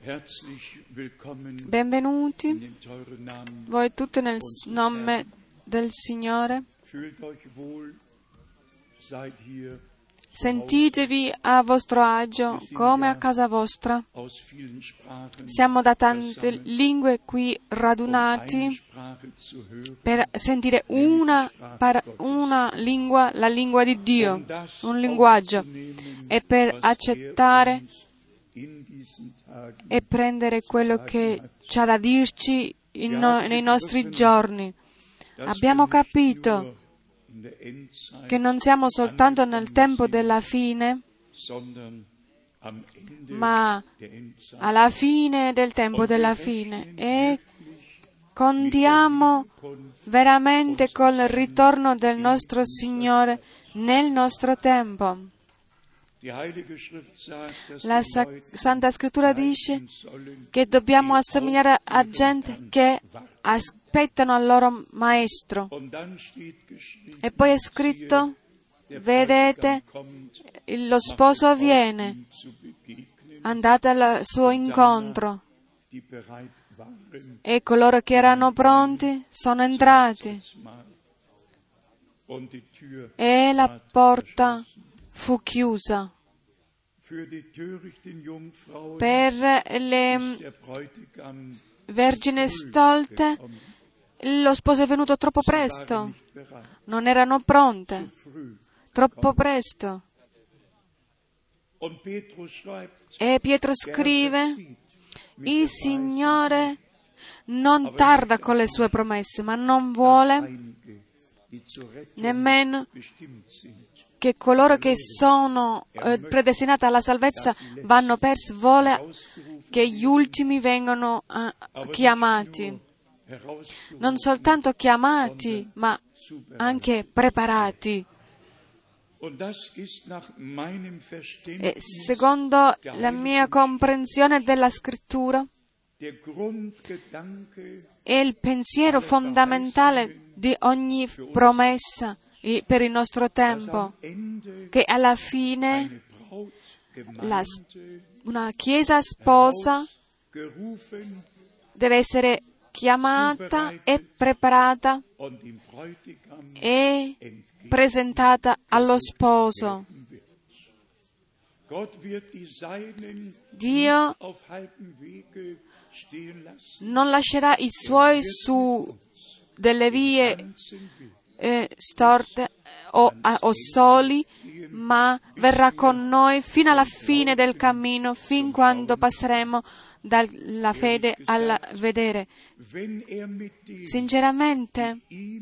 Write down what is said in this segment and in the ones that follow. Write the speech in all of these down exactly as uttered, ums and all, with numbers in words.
Benvenuti, voi tutti nel nome del Signore. Sentitevi a vostro agio come a casa vostra. Siamo da tante lingue qui radunati per sentire una, para, una lingua, la lingua di Dio, un linguaggio, e per accettare e prendere quello che c'ha da dirci in no, nei nostri giorni. Abbiamo capito che non siamo soltanto nel tempo della fine, ma alla fine del tempo della fine, e contiamo veramente col ritorno del nostro Signore nel nostro tempo. La Santa Scrittura dice che dobbiamo assomigliare a gente che aspettano il loro Maestro. E poi è scritto, vedete, lo sposo viene, andate al suo incontro. E coloro che erano pronti sono entrati. E la porta fu chiusa. Per le vergini stolte lo sposo è venuto troppo presto, non erano pronte, troppo presto. E Pietro scrive, il Signore non tarda con le sue promesse, ma non vuole nemmeno che coloro che sono eh, predestinati alla salvezza vanno persi, vuole che gli ultimi vengano eh, chiamati. Non soltanto chiamati, ma anche preparati. E secondo la mia comprensione della Scrittura, è il pensiero fondamentale di ogni promessa per il nostro tempo, che alla fine la, una chiesa sposa deve essere chiamata e preparata e presentata allo sposo. Dio non lascerà i suoi su delle vie eh, storte o, o soli, ma verrà con noi fino alla fine del cammino, fin quando passeremo dalla fede al vedere. Sinceramente,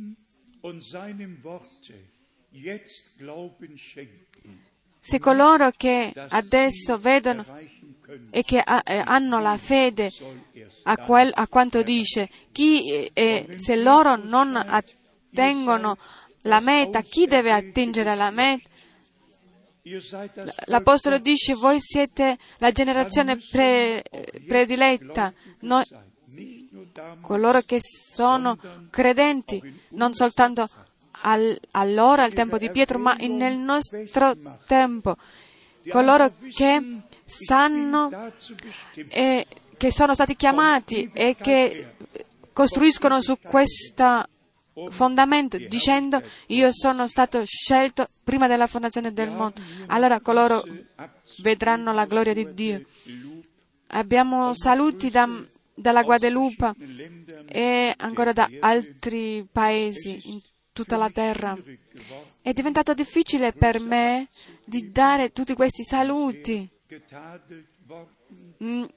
se coloro che adesso vedono e che ha, eh, hanno la fede a, quel, a quanto dice, chi, eh, se loro non attengono la meta, chi deve attingere la meta? L'Apostolo dice, voi siete la generazione pre, prediletta, noi, coloro che sono credenti, non soltanto al, allora, al tempo di Pietro, ma in, nel nostro tempo, coloro che sanno e che sono stati chiamati e che costruiscono su questo fondamento, dicendo, io sono stato scelto prima della fondazione del mondo. Allora coloro vedranno la gloria di Dio. Abbiamo saluti da, dalla Guadeloupe e ancora da altri paesi in tutta la terra. È diventato difficile per me di dare tutti questi saluti. Mm,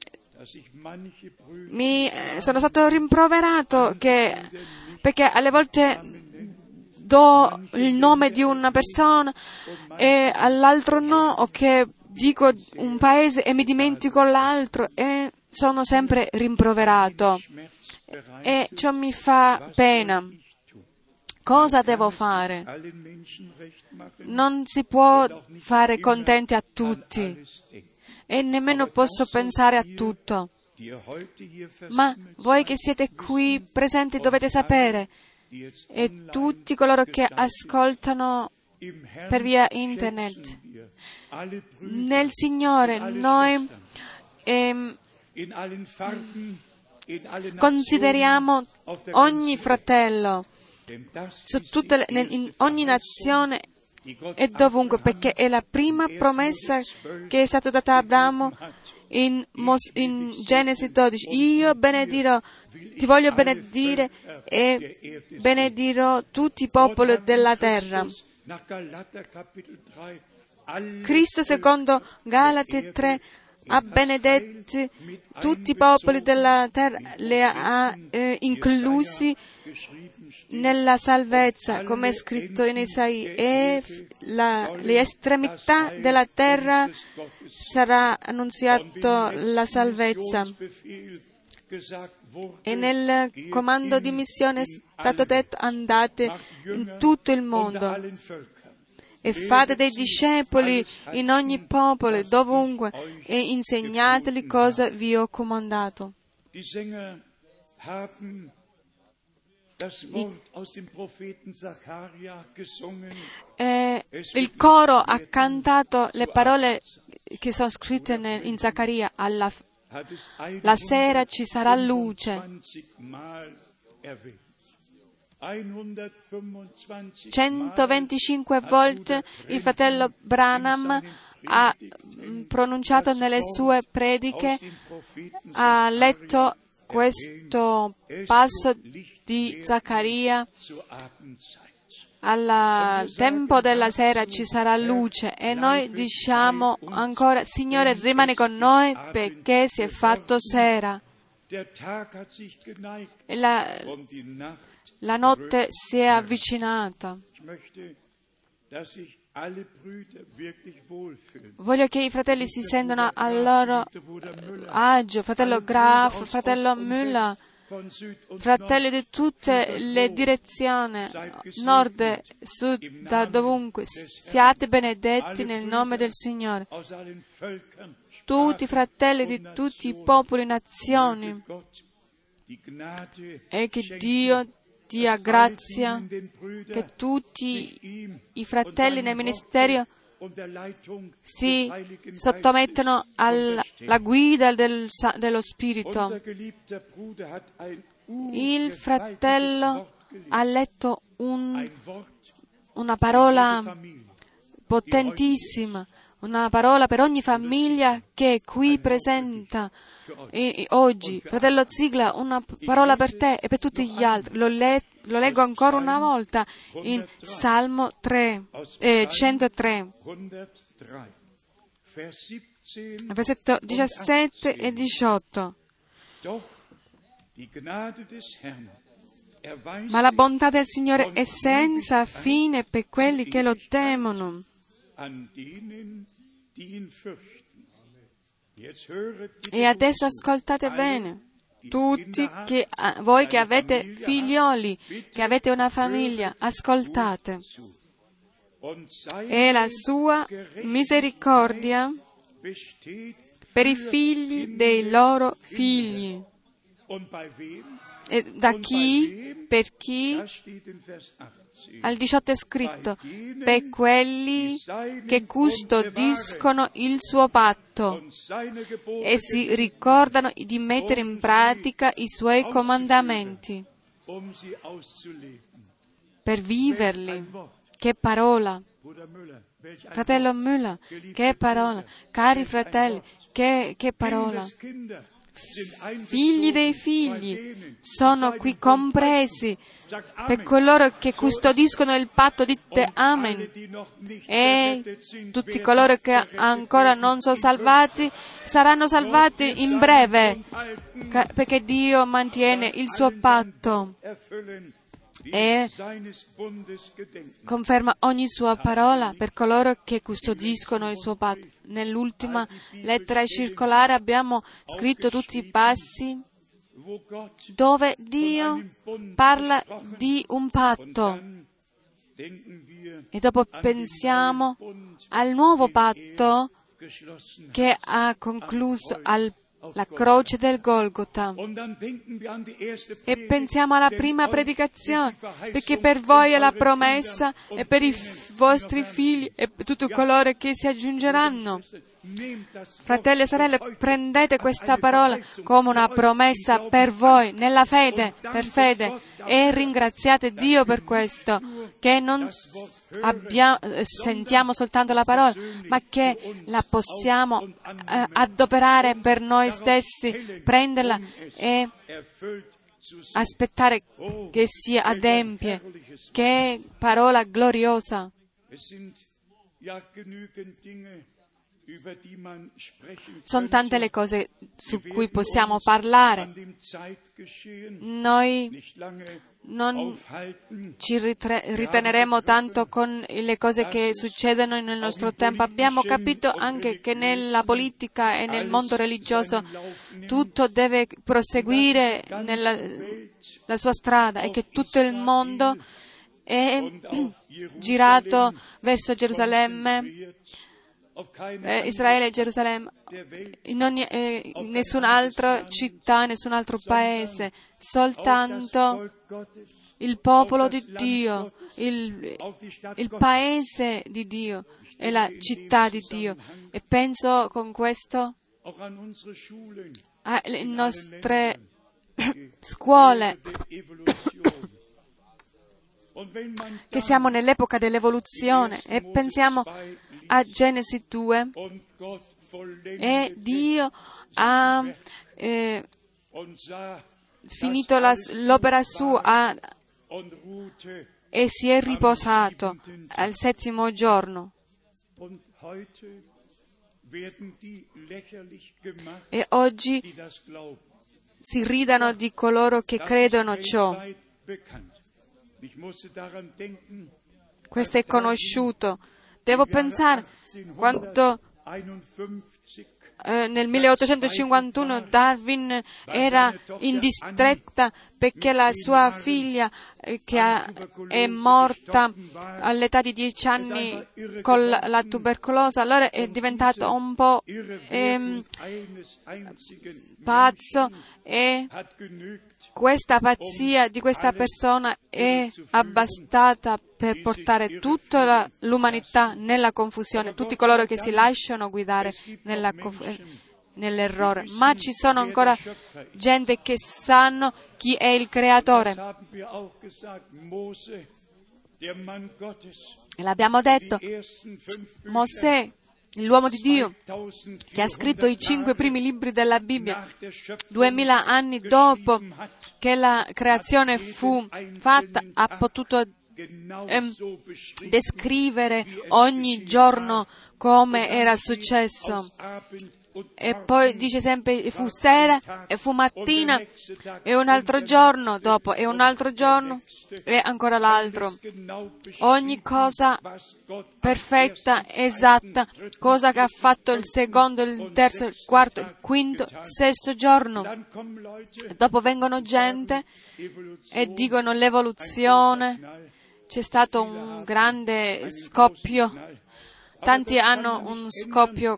mi sono stato rimproverato che, perché alle volte do il nome di una persona e all'altro no, o che dico un paese e mi dimentico l'altro, e sono sempre rimproverato e ciò mi fa pena. Cosa devo fare? Non si può fare contenti a tutti e nemmeno posso pensare a tutto. Ma voi che siete qui presenti dovete sapere, e tutti coloro che ascoltano per via internet, nel Signore noi ehm, Consideriamo ogni fratello su tutte le, in ogni nazione e dovunque, perché è la prima promessa che è stata data a Abramo in, Mos, in Genesi dodici. Io benedirò, ti voglio benedire e benedirò tutti i popoli della terra. Cristo, secondo Galati tre, ha benedetti tutti i popoli della terra, li ha eh, inclusi nella salvezza, come è scritto in Isaia, e la, le estremità della terra sarà annunziato la salvezza. E nel comando di missione è stato detto: andate in tutto il mondo e fate dei discepoli in ogni popolo, dovunque, e insegnateli cosa vi ho comandato. Eh, il coro ha cantato le parole che sono scritte in Zaccaria: alla, la sera ci sarà luce. centoventicinque volte il fratello Branham ha pronunciato nelle sue prediche, ha letto questo passo di Zaccaria: al tempo della sera ci sarà luce, e noi diciamo ancora: Signore, rimani con noi perché si è fatto sera. E la, la notte si è avvicinata. Voglio che i fratelli si sentano a loro agio, fratello Graf, fratello Müller, fratelli di tutte le direzioni, nord, sud, da dovunque. Siate benedetti nel nome del Signore. Tutti i fratelli di tutti i popoli e nazioni, e che Dio dia grazia, che tutti i fratelli nel ministero si sottomettano alla guida del, dello Spirito. Il fratello ha letto un, una parola potentissima, una parola per ogni famiglia che è qui presenta e, oggi. Fratello Ziegler, una parola per te e per tutti gli altri. Lo, le, lo leggo ancora una volta in Salmo tre, eh, centotré, versetto diciassette e diciotto. Ma la bontà del Signore è senza fine per quelli che lo temono. E adesso ascoltate bene, tutti che, voi che avete figlioli, che avete una famiglia, ascoltate. E la sua misericordia per i figli dei loro figli. E da chi? Per chi? Al diciotto è scritto: per quelli che custodiscono il suo patto e si ricordano di mettere in pratica i suoi comandamenti per viverli. Che parola! Fratello Müller, che parola! Cari fratelli, che, che parola! Figli dei figli sono qui compresi. Per coloro che custodiscono il patto, dite Amen. E tutti coloro che ancora non sono salvati saranno salvati in breve, perché Dio mantiene il suo patto e conferma ogni sua parola per coloro che custodiscono il suo patto. Nell'ultima lettera circolare abbiamo scritto tutti i passi dove Dio parla di un patto, e dopo pensiamo al nuovo patto che ha concluso al la croce del Golgota, e pensiamo alla prima predicazione, perché per voi è la promessa e per i f- vostri figli e per tutti coloro che si aggiungeranno. Fratelli e sorelle, prendete questa parola come una promessa per voi, nella fede, per fede, e ringraziate Dio per questo, che non abbiamo, sentiamo soltanto la parola, ma che la possiamo eh, adoperare per noi stessi, prenderla e aspettare che si adempie. Che parola gloriosa! Sono tante le cose su cui possiamo parlare. Noi non ci riteneremo tanto con le cose che succedono nel nostro tempo. Abbiamo capito anche che nella politica e nel mondo religioso tutto deve proseguire nella la sua strada e che tutto il mondo è girato verso Gerusalemme, eh, Israele e Gerusalemme, in, ogni, eh, in nessun'altra città, nessun altro paese, soltanto il popolo di Dio, il, il paese di Dio e la città di Dio. E penso con questo alle nostre scuole, che siamo nell'epoca dell'evoluzione, e pensiamo a Genesi due, e Dio ha eh, finito la, l'opera sua e si è riposato al settimo giorno. E oggi si ridano di coloro che credono ciò. Questo è conosciuto. Devo pensare quando eh, nel milleottocentocinquantuno Darwin era in distretta perché la sua figlia, eh, che ha, è morta all'età di dieci anni con la, la tubercolosi, allora è diventato un po' ehm, pazzo, e questa pazzia di questa persona è abbastata per portare tutta la, l'umanità nella confusione, tutti coloro che si lasciano guidare nella, nell'errore. Ma ci sono ancora gente che sanno chi è il Creatore. E l'abbiamo detto, Mosè, l'uomo di Dio, che ha scritto i cinque primi libri della Bibbia, duemila anni dopo che la creazione fu fatta, ha potuto ehm, descrivere ogni giorno come era successo. E poi dice sempre, fu sera, e fu mattina, e un altro giorno dopo, e un altro giorno, e ancora l'altro. Ogni cosa perfetta, esatta, cosa che ha fatto il secondo, il terzo, il quarto, il quinto, il sesto giorno. E dopo vengono gente e dicono l'evoluzione, c'è stato un grande scoppio, tanti hanno un scoppio.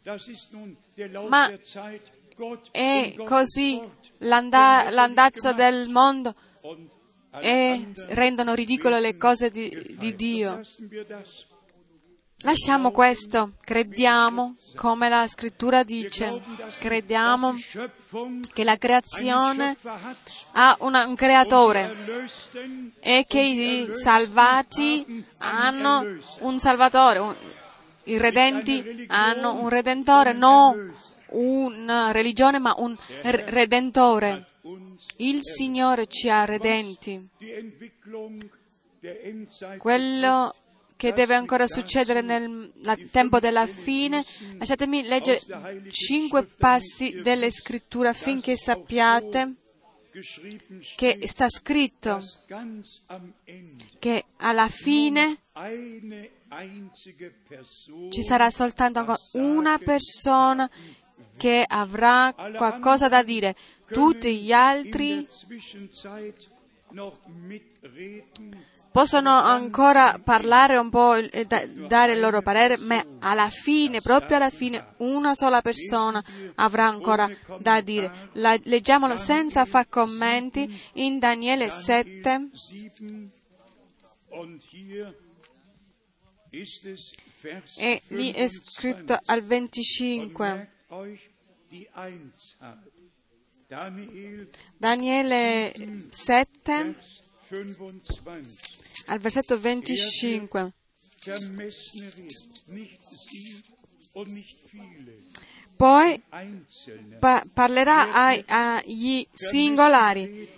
Ma è così l'anda- l'andazzo del mondo, e rendono ridicole le cose di, di Dio. Lasciamo questo, crediamo, come la scrittura dice, crediamo che la creazione ha una, un creatore e che i salvati hanno un salvatore, un, i redenti hanno un redentore, non una religione, ma un r- redentore. Il Signore ci ha redenti. Quello che deve ancora succedere nel la, tempo della fine, lasciatemi leggere cinque passi delle Scritture affinché sappiate che sta scritto che alla fine ci sarà soltanto una persona che avrà qualcosa da dire. Tutti gli altri possono ancora parlare un po' e da, dare il loro parere, ma alla fine, proprio alla fine, una sola persona avrà ancora da dire. La, leggiamolo senza fare commenti in Daniele sette. E lì è scritto al venticinque. Daniele sette, al versetto venticinque. Poi pa- parlerà ai, agli singolari.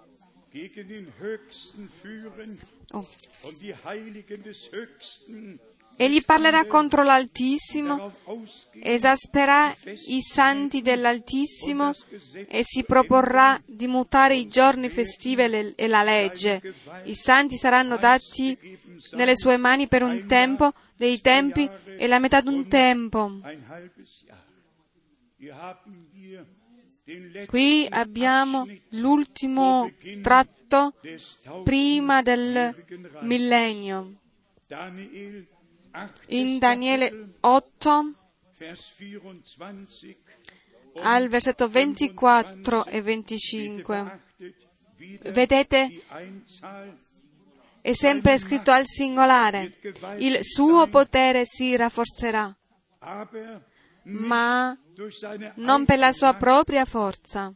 Oh. Egli parlerà contro l'Altissimo, esasperà i santi dell'Altissimo e si proporrà di mutare i giorni festivi e la legge. I santi saranno dati nelle sue mani per un tempo, dei tempi e la metà d'un tempo. Qui abbiamo l'ultimo tratto prima del millennio. In Daniele otto, al versetto ventiquattro e venticinque, vedete, è sempre scritto al singolare: il suo potere si rafforzerà, ma non per la sua propria forza.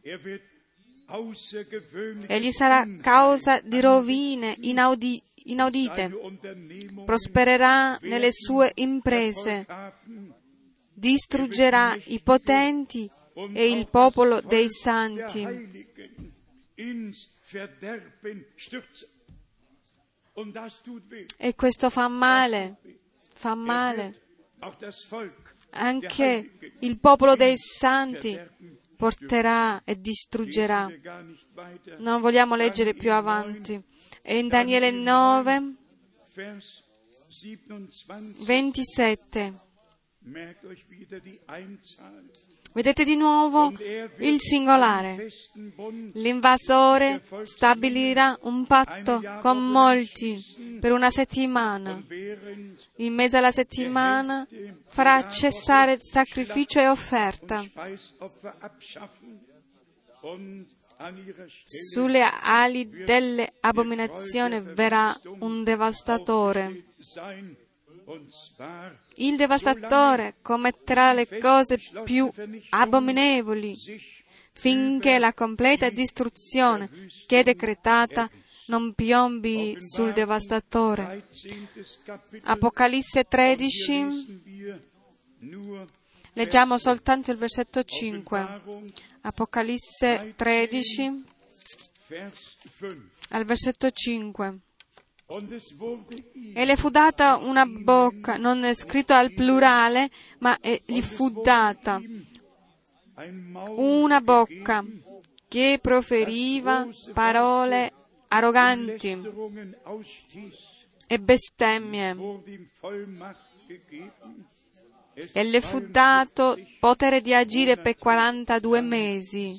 Egli sarà causa di rovine inaudi- inaudite, prospererà nelle sue imprese, distruggerà i potenti e il popolo dei santi. E questo fa male, fa male. Anche il popolo dei santi porterà e distruggerà. Non vogliamo leggere più avanti. E in Daniele nove, ventisette, vedete di nuovo il singolare. L'invasore stabilirà un patto con molti per una settimana. In mezzo alla settimana farà cessare sacrificio e offerta. Sulle ali delle abominazioni verrà un devastatore. Il devastatore commetterà le cose più abominevoli finché la completa distruzione che è decretata non piombi sul devastatore. Apocalisse tredici, leggiamo soltanto il versetto cinque. Apocalisse tredici, al versetto cinque. E le fu data una bocca, non è scritto al plurale, ma gli fu data una bocca che proferiva parole arroganti e bestemmie. E le fu dato potere di agire per quarantadue mesi.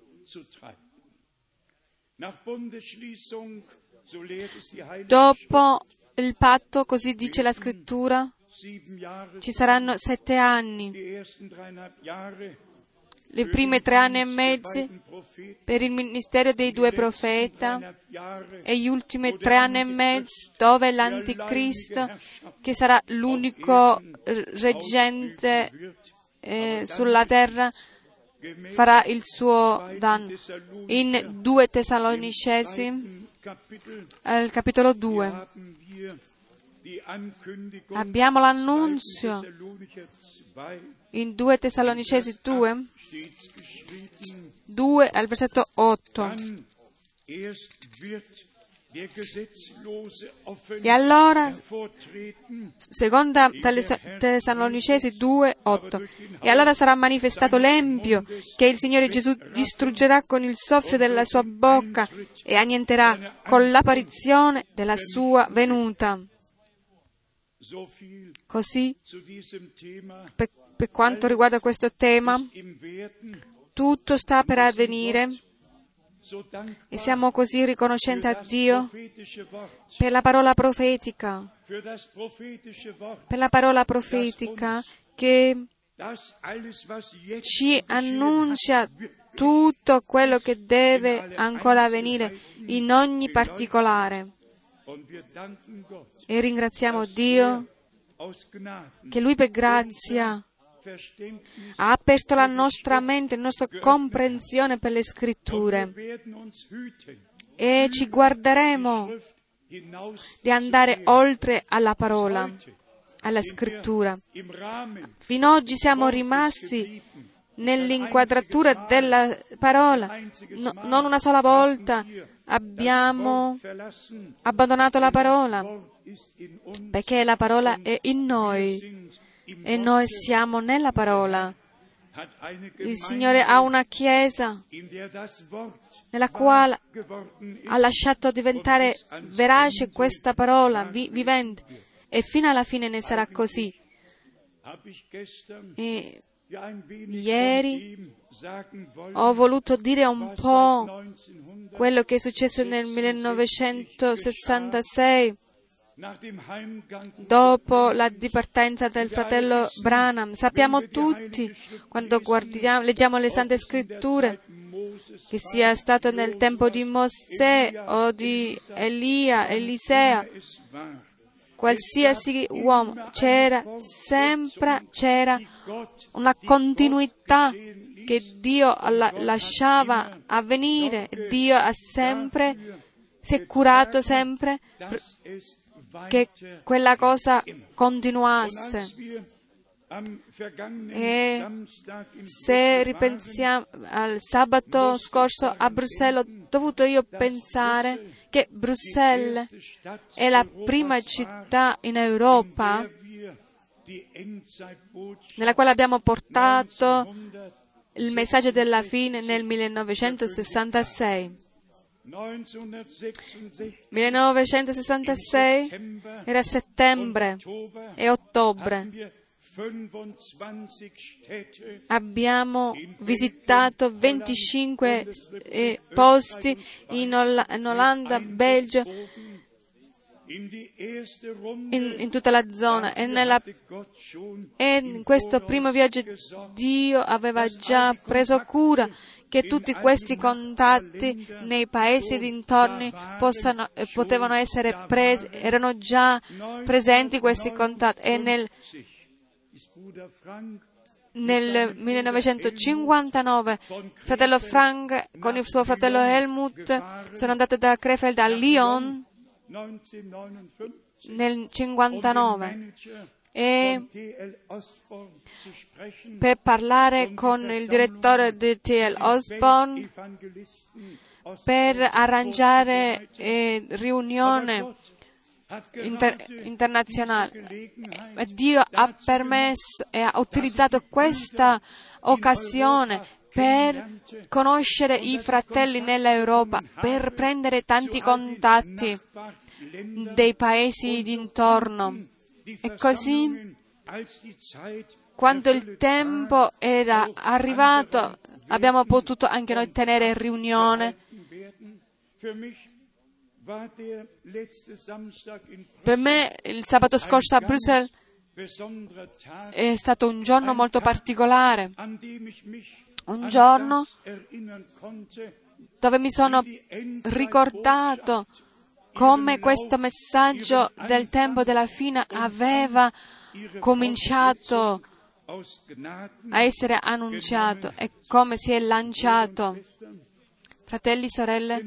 Dopo il patto, così dice la Scrittura, ci saranno sette anni. Le prime tre anni e mezzi per il ministero dei due profeti e gli ultimi tre anni e mezzo dove l'Anticristo, che sarà l'unico reggente eh, sulla terra, farà il suo danno. In due Tessalonicesi, al capitolo due, abbiamo l'annunzio. In due Tessalonicesi due, due al versetto otto. E allora, seconda Tessalonicesi due, otto, e allora sarà manifestato l'empio che il Signore Gesù distruggerà con il soffio della sua bocca e annienterà con l'apparizione della sua venuta. Così, per, per quanto riguarda questo tema, tutto sta per avvenire e siamo così riconoscenti a Dio per la parola profetica, per la parola profetica che ci annuncia tutto quello che deve ancora avvenire in ogni particolare. E ringraziamo Dio che Lui per grazia ha aperto la nostra mente, la nostra comprensione per le Scritture, e ci guarderemo di andare oltre alla parola, alla Scrittura. Fino ad oggi siamo rimasti nell'inquadratura della parola. No, non una sola volta abbiamo abbandonato la parola, perché la parola è in noi e noi siamo nella parola. Il Signore ha una chiesa nella quale ha lasciato diventare verace questa parola, vi- vivente, e fino alla fine ne sarà così. E ieri ho voluto dire un po' quello che è successo nel millenovecentosessantasei, dopo la dipartenza del fratello Branham. Sappiamo tutti, quando guardiamo, leggiamo le Sante Scritture, che sia stato nel tempo di Mosè o di Elia, Elisea, qualsiasi uomo, c'era sempre c'era una continuità che Dio la- lasciava avvenire. Dio ha sempre, si è curato sempre che quella cosa continuasse. E se ripensiamo al sabato scorso a Bruxelles, ho dovuto io pensare che Bruxelles è la prima città in Europa nella quale abbiamo portato il messaggio della fine nel millenovecentosessantasei. millenovecentosessantasei era settembre e ottobre. Abbiamo visitato venticinque eh, posti in, Oll- in Olanda, Belgio, in, in tutta la zona. E, nella, e in questo primo viaggio Dio aveva già preso cura che tutti questi contatti nei paesi dintorni possano, eh, potevano essere presi, erano già presenti questi contatti. E nel Nel millenovecentocinquantanove fratello Frank con il suo fratello Helmut sono andati da Krefeld a Lyon nel cinquantanove e per parlare con il direttore di T L Osborne per arrangiare eh, riunione Inter- internazionale. E Dio ha permesso e ha utilizzato questa occasione per conoscere i fratelli nell'Europa, per prendere tanti contatti dei paesi d'intorno. E così, quando il tempo era arrivato, abbiamo potuto anche noi tenere riunione. Per me il sabato scorso a Bruxelles è stato un giorno molto particolare, un giorno dove mi sono ricordato come questo messaggio del tempo della fine aveva cominciato a essere annunciato e come si è lanciato. Fratelli e sorelle,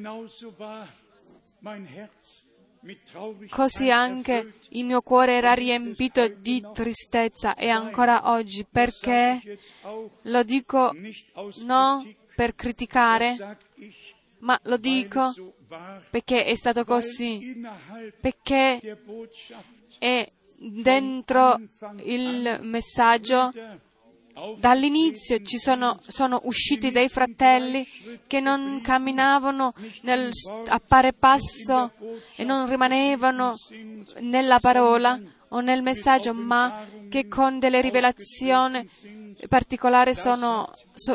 così anche il mio cuore era riempito di tristezza e ancora oggi, perché lo dico non per criticare, ma lo dico perché è stato così, perché è dentro il messaggio. Dall'inizio ci sono, sono usciti dei fratelli che non camminavano nel, a pari passo e non rimanevano nella parola o nel messaggio, ma che con delle rivelazioni particolari sono so,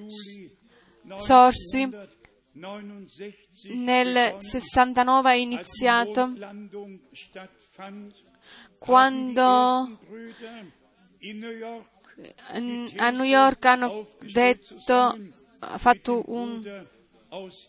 sorsi. Nel sessantanove è iniziato, quando a New York hanno detto, fatto un,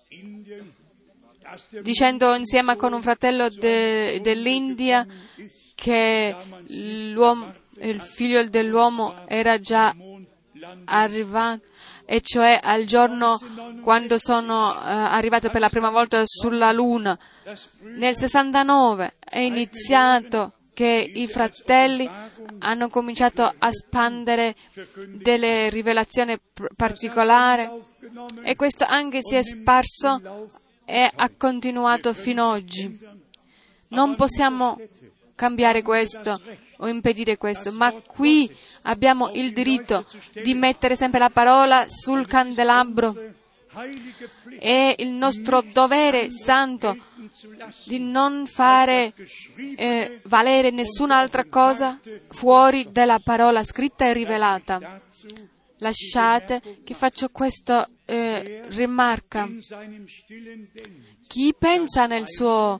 dicendo insieme con un fratello de, dell'India che l'uomo, il figlio dell'uomo era già arrivato, e cioè al giorno quando sono uh, arrivato per la prima volta sulla Luna. Nel sessantanove è iniziato che i fratelli hanno cominciato a spandere delle rivelazioni particolari, e questo anche si è sparso e ha continuato fino ad oggi. Non possiamo cambiare questo o impedire questo, ma qui abbiamo il diritto di mettere sempre la parola sul candelabro. È il nostro dovere santo di non fare eh, valere nessun'altra cosa fuori dalla parola scritta e rivelata. Lasciate che faccio questa eh, rimarca. Chi pensa nel suo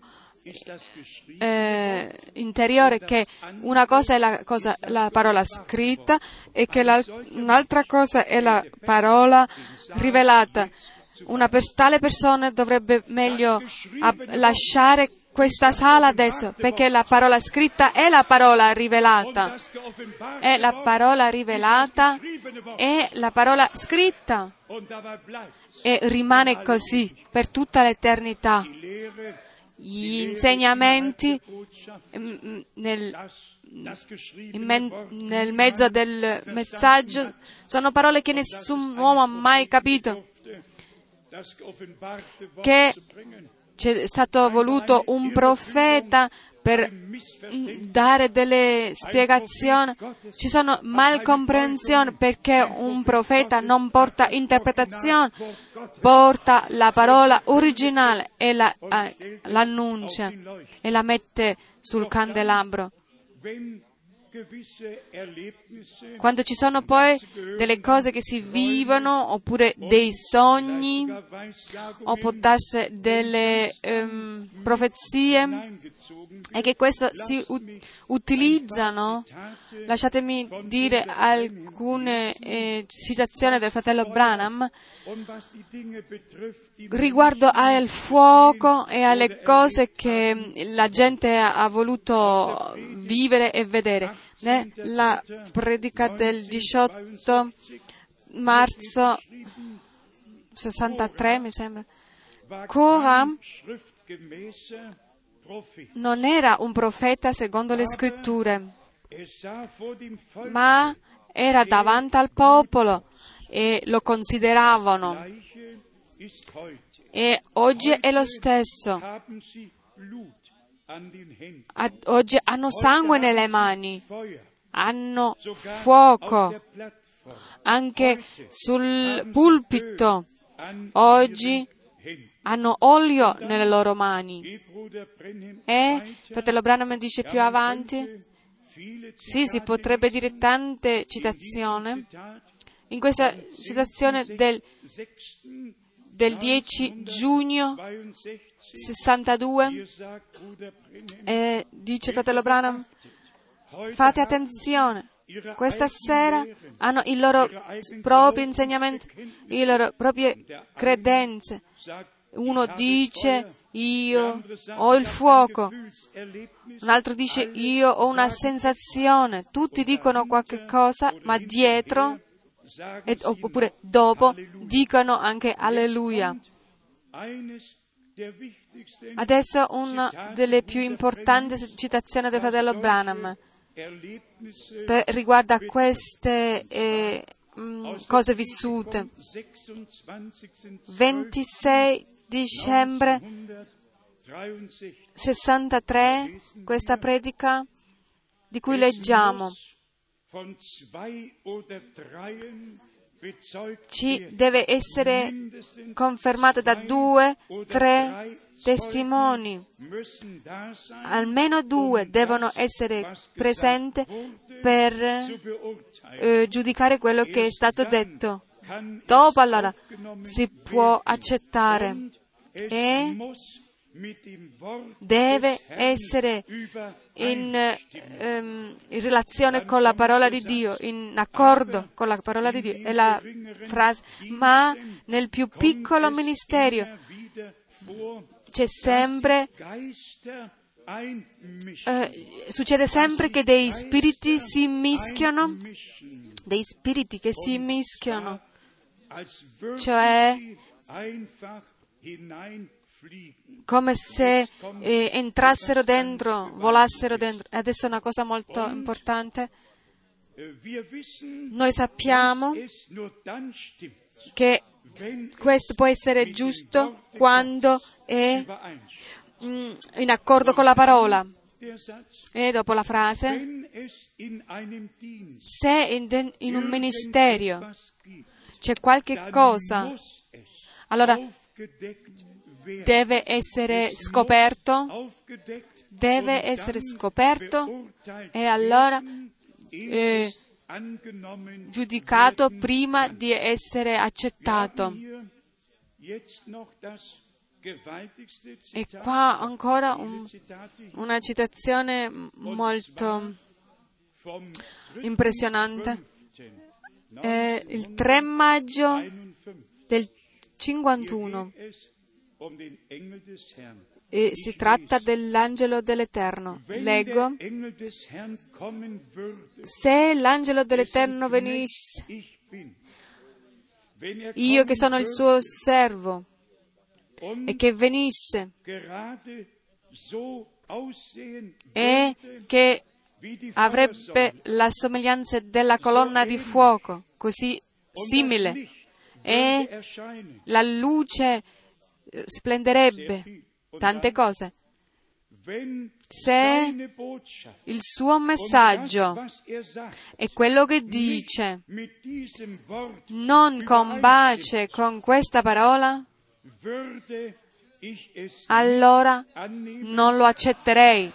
eh, interiore che una cosa è la, cosa, la parola scritta e che un'altra cosa è la parola rivelata, una per, tale persona dovrebbe meglio ab- lasciare questa sala adesso, perché la parola scritta è la parola rivelata, è la parola rivelata, è la parola scritta, e rimane così per tutta l'eternità. Gli insegnamenti nel, in men, nel mezzo del messaggio sono parole che nessun uomo ha mai capito, che c'è stato voluto un profeta per dare delle spiegazioni. Ci sono malcomprensioni perché un profeta non porta interpretazione, porta la parola originale e la, eh, l'annuncia e la mette sul candelabro. Quando ci sono poi delle cose che si vivono, oppure dei sogni, o può darsi delle um, profezie, e che questo si u- utilizzano, lasciatemi dire alcune eh, citazioni del fratello Branham riguardo al fuoco e alle cose che la gente ha voluto vivere e vedere. La predica del diciotto marzo sessantatré, mi sembra. Coram non era un profeta secondo le scritture, ma era davanti al popolo e lo consideravano. E oggi è lo stesso. Ad, oggi hanno sangue nelle mani, hanno fuoco anche sul pulpito. Oggi hanno olio nelle loro mani. E fratello Branham dice più avanti, sì, si potrebbe dire tante citazioni. In questa citazione del, del dieci giugno sessantadue, eh, dice fratello Branham, fate attenzione, questa sera hanno i loro propri insegnamenti, le loro proprie credenze. Uno dice, io ho il fuoco, un altro dice, io ho una sensazione. Tutti dicono qualche cosa, ma dietro, ed, oppure dopo, dicono anche alleluia. Adesso una delle più importanti citazioni del fratello Branham per, riguarda queste eh, mh, cose vissute. ventisei dicembre sessantatré, questa predica di cui leggiamo ci deve essere confermata da due, tre testimoni. Almeno due devono essere presenti per eh, giudicare quello che è stato detto. Dopo allora si può accettare e deve essere in, um, in relazione con la parola di Dio, in accordo con la parola di Dio. È la frase, ma nel più piccolo ministero c'è sempre eh, succede sempre che dei spiriti si mischiano, dei spiriti che si mischiano, cioè come se eh, entrassero dentro, volassero dentro. Adesso una cosa molto importante. Noi sappiamo che questo può essere giusto quando è mm, in accordo con la parola. E dopo la frase, se in, in un ministero c'è qualche cosa, allora deve essere scoperto, deve essere scoperto e allora eh, giudicato prima di essere accettato. E qua ancora un, una citazione molto impressionante. Eh, il tre maggio del cinquantuno. E si tratta dell'angelo dell'Eterno. Leggo: se l'angelo dell'Eterno venisse, io che sono il suo servo, e che venisse e che avrebbe la somiglianza della colonna di fuoco, così simile, e la luce splenderebbe, tante cose. Se il suo messaggio e quello che dice non combacia con questa parola, allora non lo accetterei,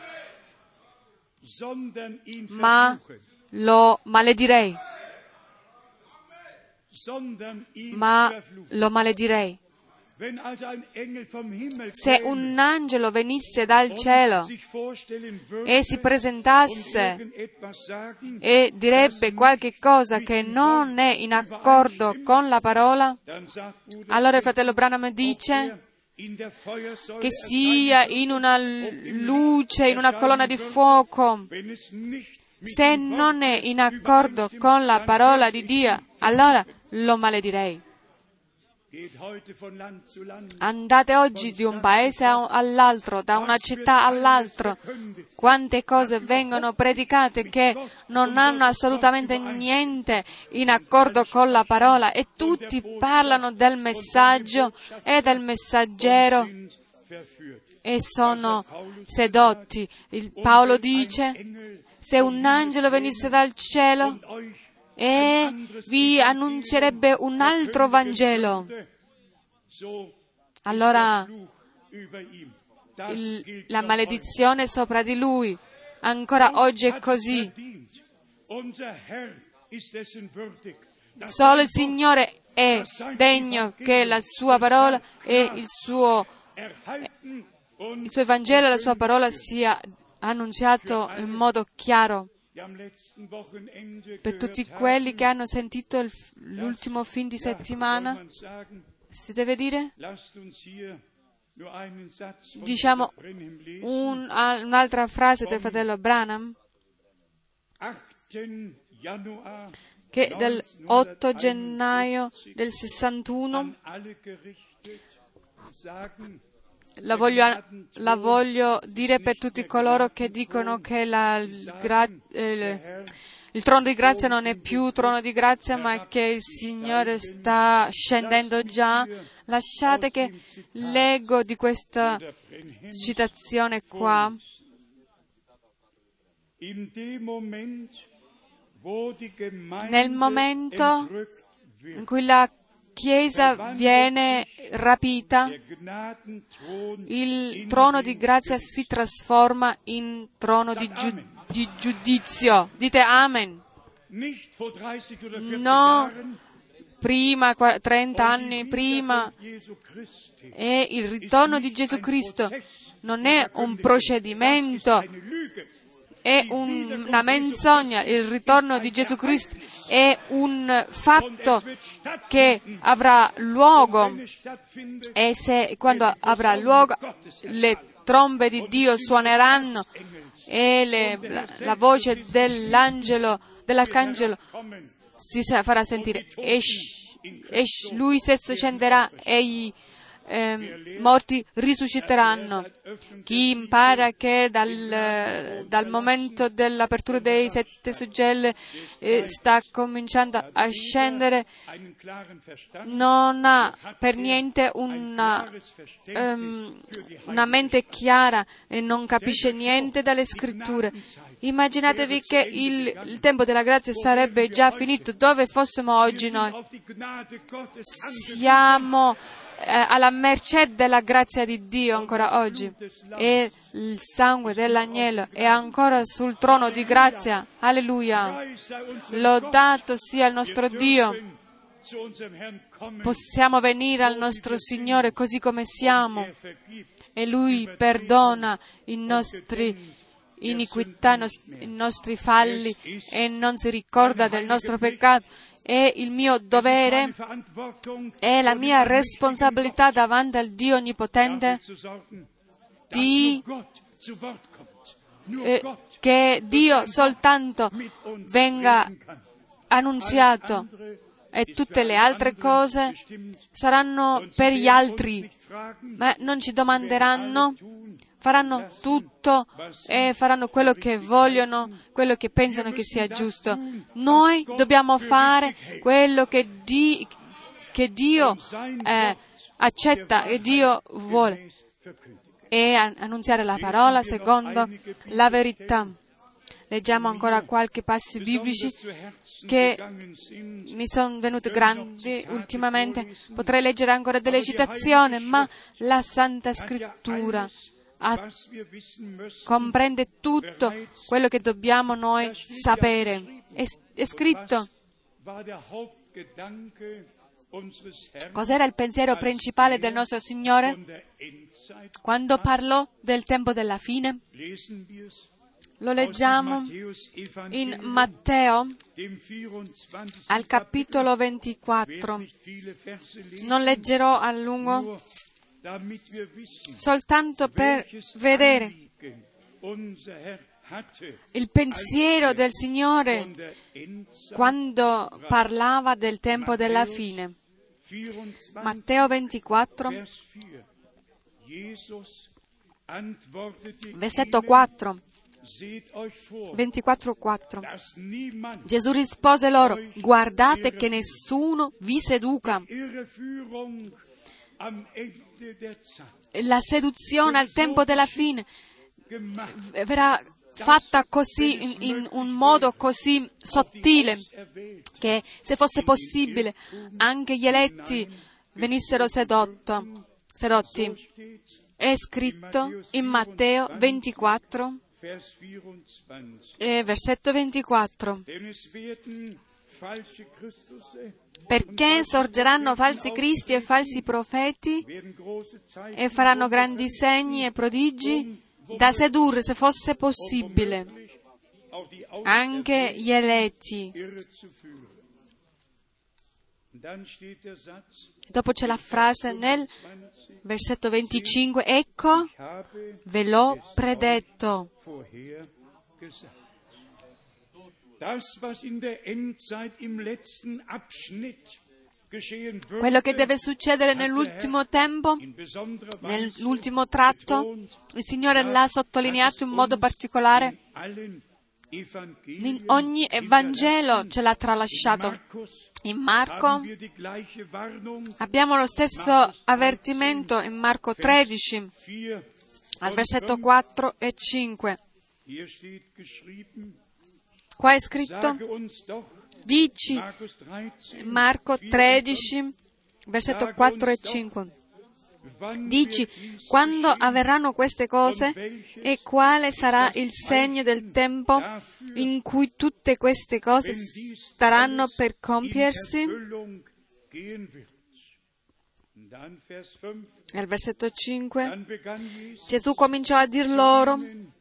ma lo maledirei. Ma lo maledirei. Se un angelo venisse dal cielo e si presentasse e direbbe qualche cosa che non è in accordo con la parola, allora il fratello Branham dice che sia in una luce, in una colonna di fuoco, se non è in accordo con la parola di Dio, allora lo maledirei. Andate oggi di un paese all'altro, da una città all'altra, quante cose vengono predicate che non hanno assolutamente niente in accordo con la parola, e tutti parlano del messaggio e del messaggero e sono sedotti. Il Paolo dice: se un angelo venisse dal cielo e vi annuncerebbe un altro Vangelo, allora il, la maledizione sopra di lui. Ancora oggi è così. Solo il Signore è degno che la sua parola e il suo il suo Vangelo e la sua parola sia annunziato in modo chiaro. Per tutti quelli che hanno sentito il, l'ultimo fin di settimana, si deve dire? Diciamo un, un'altra frase del fratello Branham, che dell'otto gennaio del sessantuno, La voglio, la voglio dire per tutti coloro che dicono che la, il, gra, eh, il trono di grazia non è più trono di grazia, ma che il Signore sta scendendo già. Lasciate che leggo di questa citazione qua. Nel momento in cui la Chiesa viene rapita, il trono di grazia si trasforma in trono di, giu- di giudizio. Dite Amen. No, prima, trenta anni prima, e il ritorno di Gesù Cristo non è un procedimento, è un, una menzogna. Il ritorno di Gesù Cristo è un fatto che avrà luogo, e se quando avrà luogo le trombe di Dio suoneranno e le, la, la voce dell'angelo, dell'arcangelo si farà sentire e, e lui stesso scenderà e i eh, morti risusciteranno. Chi impara che dal, dal momento dell'apertura dei sette suggelli eh, sta cominciando a scendere non ha per niente una, um, una mente chiara e non capisce niente dalle scritture. Immaginatevi che il, il tempo della grazia sarebbe già finito. Dove fossimo oggi noi? Siamo eh, alla mercé della grazia di Dio ancora oggi. E il sangue dell'agnello è ancora sul trono di grazia. Alleluia. Lodato sia il nostro Dio. Possiamo venire al nostro Signore così come siamo e Lui perdona i nostri iniquità, i nostri falli e non si ricorda del nostro peccato. È il mio dovere, è la mia responsabilità davanti al Dio Onnipotente di eh, che Dio soltanto venga annunziato e tutte le altre cose saranno per gli altri, ma non ci domanderanno, faranno tutto e faranno quello che vogliono, quello che pensano che sia giusto. Noi dobbiamo fare quello che, di, che Dio eh, accetta e Dio vuole e annunziare la parola secondo la verità. Leggiamo ancora qualche passi biblici che mi sono venuti grandi ultimamente. Potrei leggere ancora delle citazioni, ma la Santa Scrittura ha, comprende tutto quello che dobbiamo noi sapere. È, è scritto. Cos'era il pensiero principale del nostro Signore quando parlò del tempo della fine? Lo leggiamo in Matteo, al capitolo ventiquattro. Non leggerò a lungo, soltanto per vedere il pensiero del Signore quando parlava del tempo della fine. Matteo ventiquattro, versetto quattro. ventiquattro quattro. Gesù rispose loro: guardate che nessuno vi seduca. La seduzione al tempo della fine verrà fatta così, in, in un modo così sottile, che se fosse possibile anche gli eletti venissero sedotto, sedotti. È scritto in Matteo ventiquattro, eh, versetto ventiquattro. Perché sorgeranno falsi cristi e falsi profeti e faranno grandi segni e prodigi da sedurre, se fosse possibile, anche gli eletti. Dopo c'è la frase nel versetto venticinque: ecco, ve l'ho predetto. Quello che deve succedere nell'ultimo tempo, nell'ultimo tratto, il Signore l'ha sottolineato in modo particolare. In ogni Evangelo ce l'ha tralasciato. In Marco abbiamo lo stesso avvertimento in Marco tredici, al versetto quattro e cinque. Qua è scritto: dici, Marco tredici, versetto quattro e cinque. Dici, quando avverranno queste cose e quale sarà il segno del tempo in cui tutte queste cose staranno per compiersi? Nel versetto cinque, Gesù cominciò a dir loro: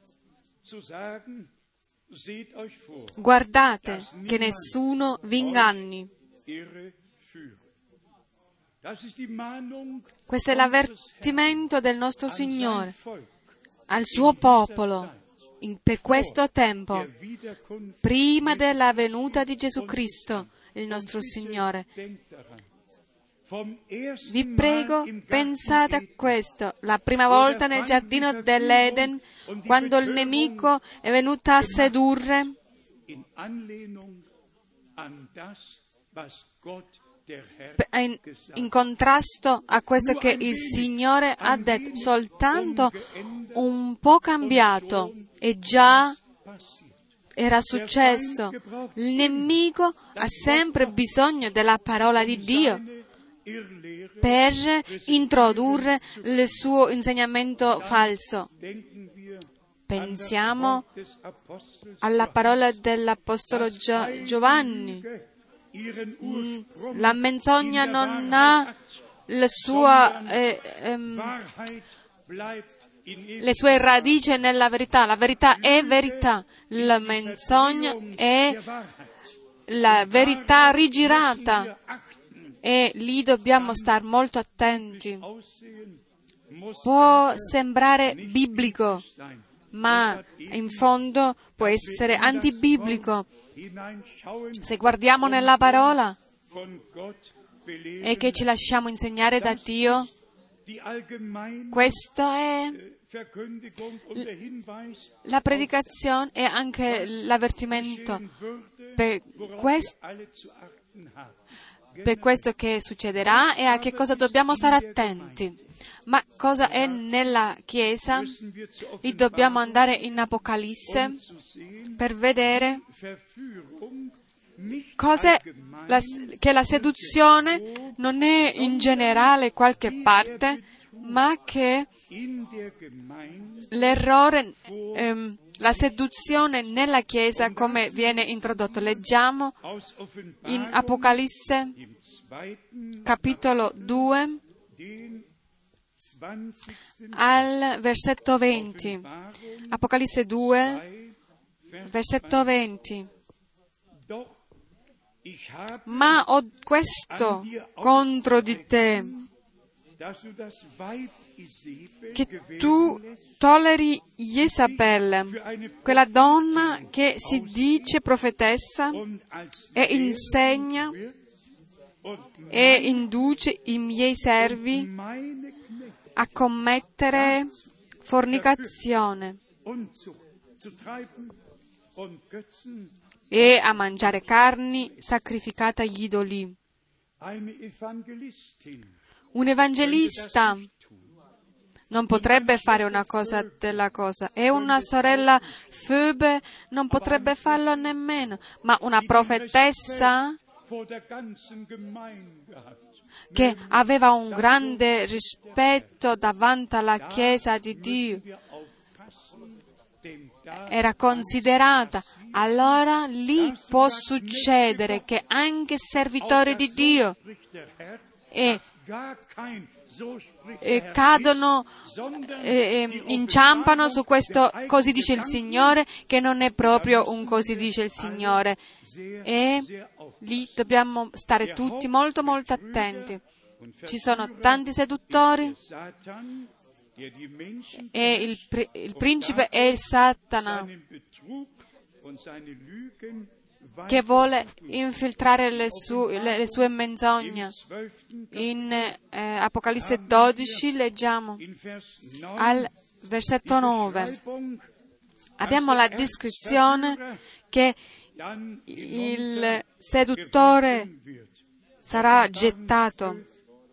guardate che nessuno vi inganni. Questo è l'avvertimento del nostro Signore. al suo popolo in, per questo tempo, prima della venuta di Gesù Cristo, il nostro Signore. Vi prego, pensate a questo. La prima volta nel giardino dell'Eden, quando il nemico è venuto a sedurre, in, in contrasto a questo che il Signore ha detto, soltanto un po' cambiato e già era successo. Il nemico ha sempre bisogno della parola di Dio per introdurre il suo insegnamento falso. Pensiamo alla parola dell'Apostolo Gio- Giovanni. La menzogna non ha la sua, eh, ehm, le sue radici nella verità. La verità è verità. La menzogna è la verità rigirata. E lì dobbiamo stare molto attenti. Può sembrare biblico, ma in fondo può essere antibiblico. Se guardiamo nella parola e che ci lasciamo insegnare da Dio, questo è la predicazione e anche l'avvertimento per questo. Per questo che succederà e a che cosa dobbiamo stare attenti. Ma cosa è nella Chiesa? Lì dobbiamo andare in Apocalisse per vedere cos'è la, che la seduzione non è in generale qualche parte, ma che l'errore, ehm, la seduzione nella Chiesa come viene introdotto. Leggiamo in Apocalisse capitolo due al versetto venti. Apocalisse due, versetto venti. Ma ho questo contro di te, che tu tolleri Jezabel, quella donna che si dice profetessa e insegna e induce i miei servi a commettere fornicazione e a mangiare carni sacrificate agli idoli. Un evangelista non potrebbe fare una cosa della cosa, e una sorella Phoebe non potrebbe farlo nemmeno, ma una profetessa che aveva un grande rispetto davanti alla Chiesa di Dio, era considerata. Allora lì può succedere che anche servitori di Dio e, e cadono, e, inciampano su questo così dice il Signore, che non è proprio un così dice il Signore. E lì dobbiamo stare tutti molto molto attenti. Ci sono tanti seduttori e il, il principe è il Satana, che vuole infiltrare le, su, le, le sue menzogne. In eh, Apocalisse dodici leggiamo al versetto nove. Abbiamo la descrizione che il seduttore sarà gettato.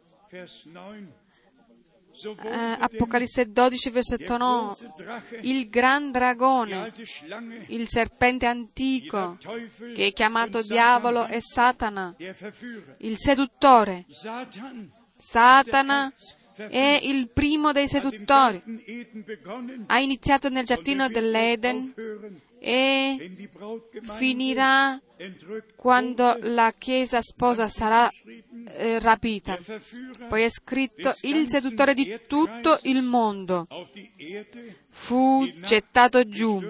Eh, Apocalisse dodici, versetto nove. Il gran dragone, il serpente antico, che è chiamato diavolo e Satana, il seduttore. Satana è il primo dei seduttori. Ha iniziato nel giardino dell'Eden e finirà quando la Chiesa sposa sarà eh, rapita. Poi è scritto: il seduttore di tutto il mondo fu gettato giù,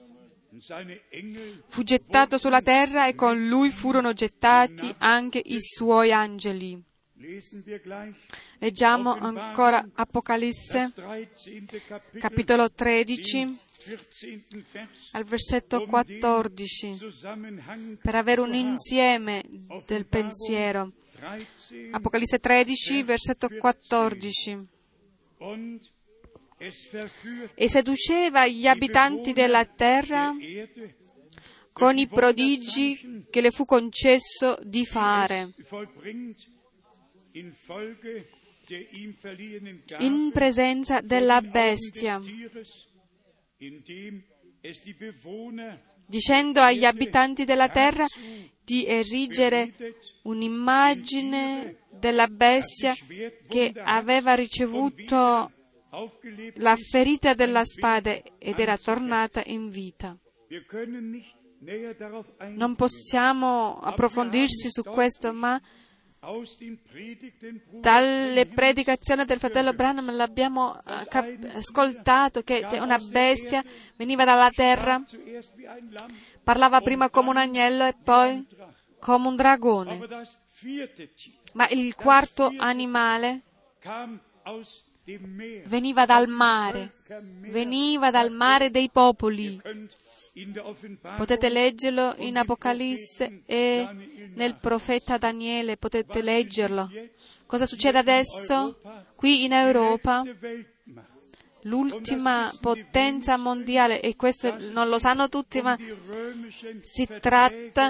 fu gettato sulla terra e con lui furono gettati anche i suoi angeli. Leggiamo ancora Apocalisse, capitolo tredici, al versetto quattordici, per avere un insieme del pensiero. Apocalisse tredici, versetto quattordici. E seduceva gli abitanti della terra con i prodigi che le fu concesso di fare, in presenza della bestia, dicendo agli abitanti della terra di erigere un'immagine della bestia che aveva ricevuto la ferita della spada ed era tornata in vita. Non possiamo approfondirci su questo, ma dalle predicazioni del fratello Branham l'abbiamo cap- ascoltato che c'è una bestia, veniva dalla terra, parlava prima come un agnello e poi come un dragone. Ma il quarto animale veniva dal mare, veniva dal mare dei popoli. Potete leggerlo in Apocalisse e nel profeta Daniele, potete leggerlo. Cosa succede adesso? Qui in Europa, l'ultima potenza mondiale, e questo non lo sanno tutti, ma si tratta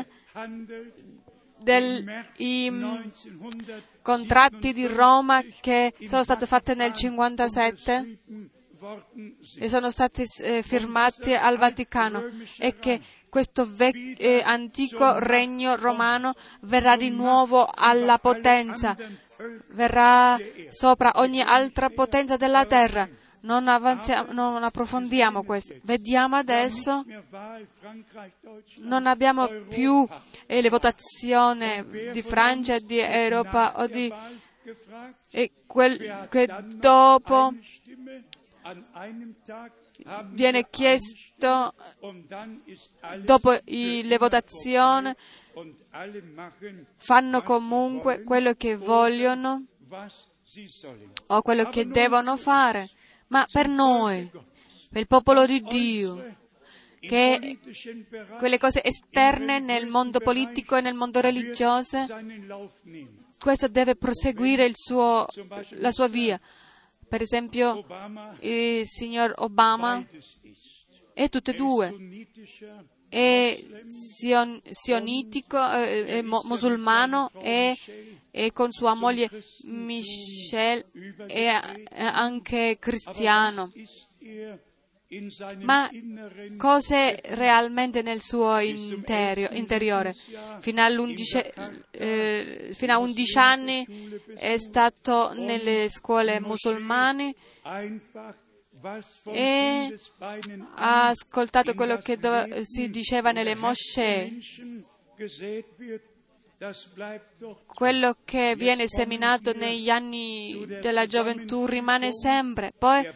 dei contratti di Roma che sono stati fatti nel cinquantasette e sono stati eh, firmati al Vaticano, e che questo vec- eh, antico regno romano verrà di nuovo alla potenza, verrà sopra ogni altra potenza della terra. Non avanziamo, non approfondiamo questo. Vediamo adesso, non abbiamo più eh, le votazioni di Francia, di Europa o di e quel che dopo viene chiesto, dopo i, le votazioni, fanno comunque quello che vogliono o quello che devono fare. Ma per noi, per il popolo di Dio, che quelle cose esterne nel mondo politico e nel mondo religioso, questo deve proseguire il suo, la sua via. Per esempio, il signor Obama è tutte e due, è sion, sionitico, è, è musulmano e, e con sua moglie Michelle è anche cristiano. Ma cos'è realmente nel suo interio, interiore? Fino, eh, fino a undici anni è stato nelle scuole musulmane e ha ascoltato quello che dove, si diceva nelle moschee. Quello che viene seminato negli anni della gioventù rimane sempre. Poi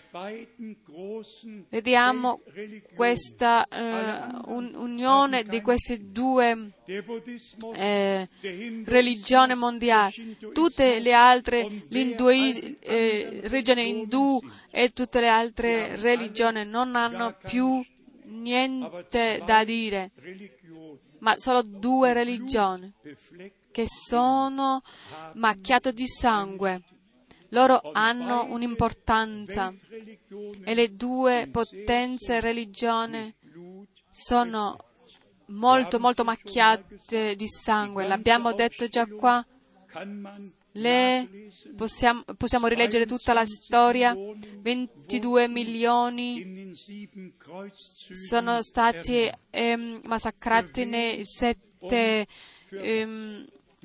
vediamo questa uh, un, unione di queste due eh, religioni mondiali. Tutte le altre, l'indui, eh, religione indù e tutte le altre religioni non hanno più niente da dire, ma solo due religioni che sono macchiate di sangue. Loro hanno un'importanza e le due potenze religioni sono molto, molto macchiate di sangue. L'abbiamo detto già qua. Le possiamo, possiamo rileggere tutta la storia. ventidue milioni sono stati ehm, massacrati nei sette ehm,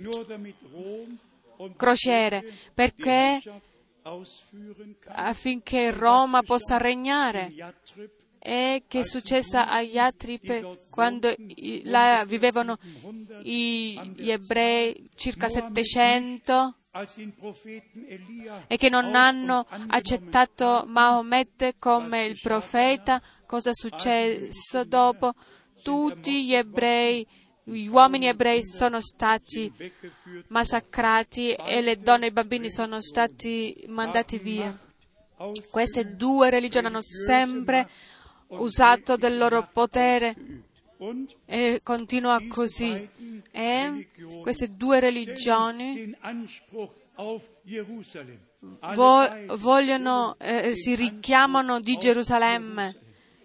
crociere, perché affinché Roma possa regnare. E che è successo a Yatrib quando là vivevano gli ebrei, circa settecento, e che non hanno accettato Maometto come il profeta. Cosa è successo dopo? Tutti gli ebrei gli uomini ebrei sono stati massacrati e le donne e i bambini sono stati mandati via. Queste due religioni hanno sempre usato del loro potere e continua così. E queste due religioni vo- vogliono, eh, si richiamano di Gerusalemme.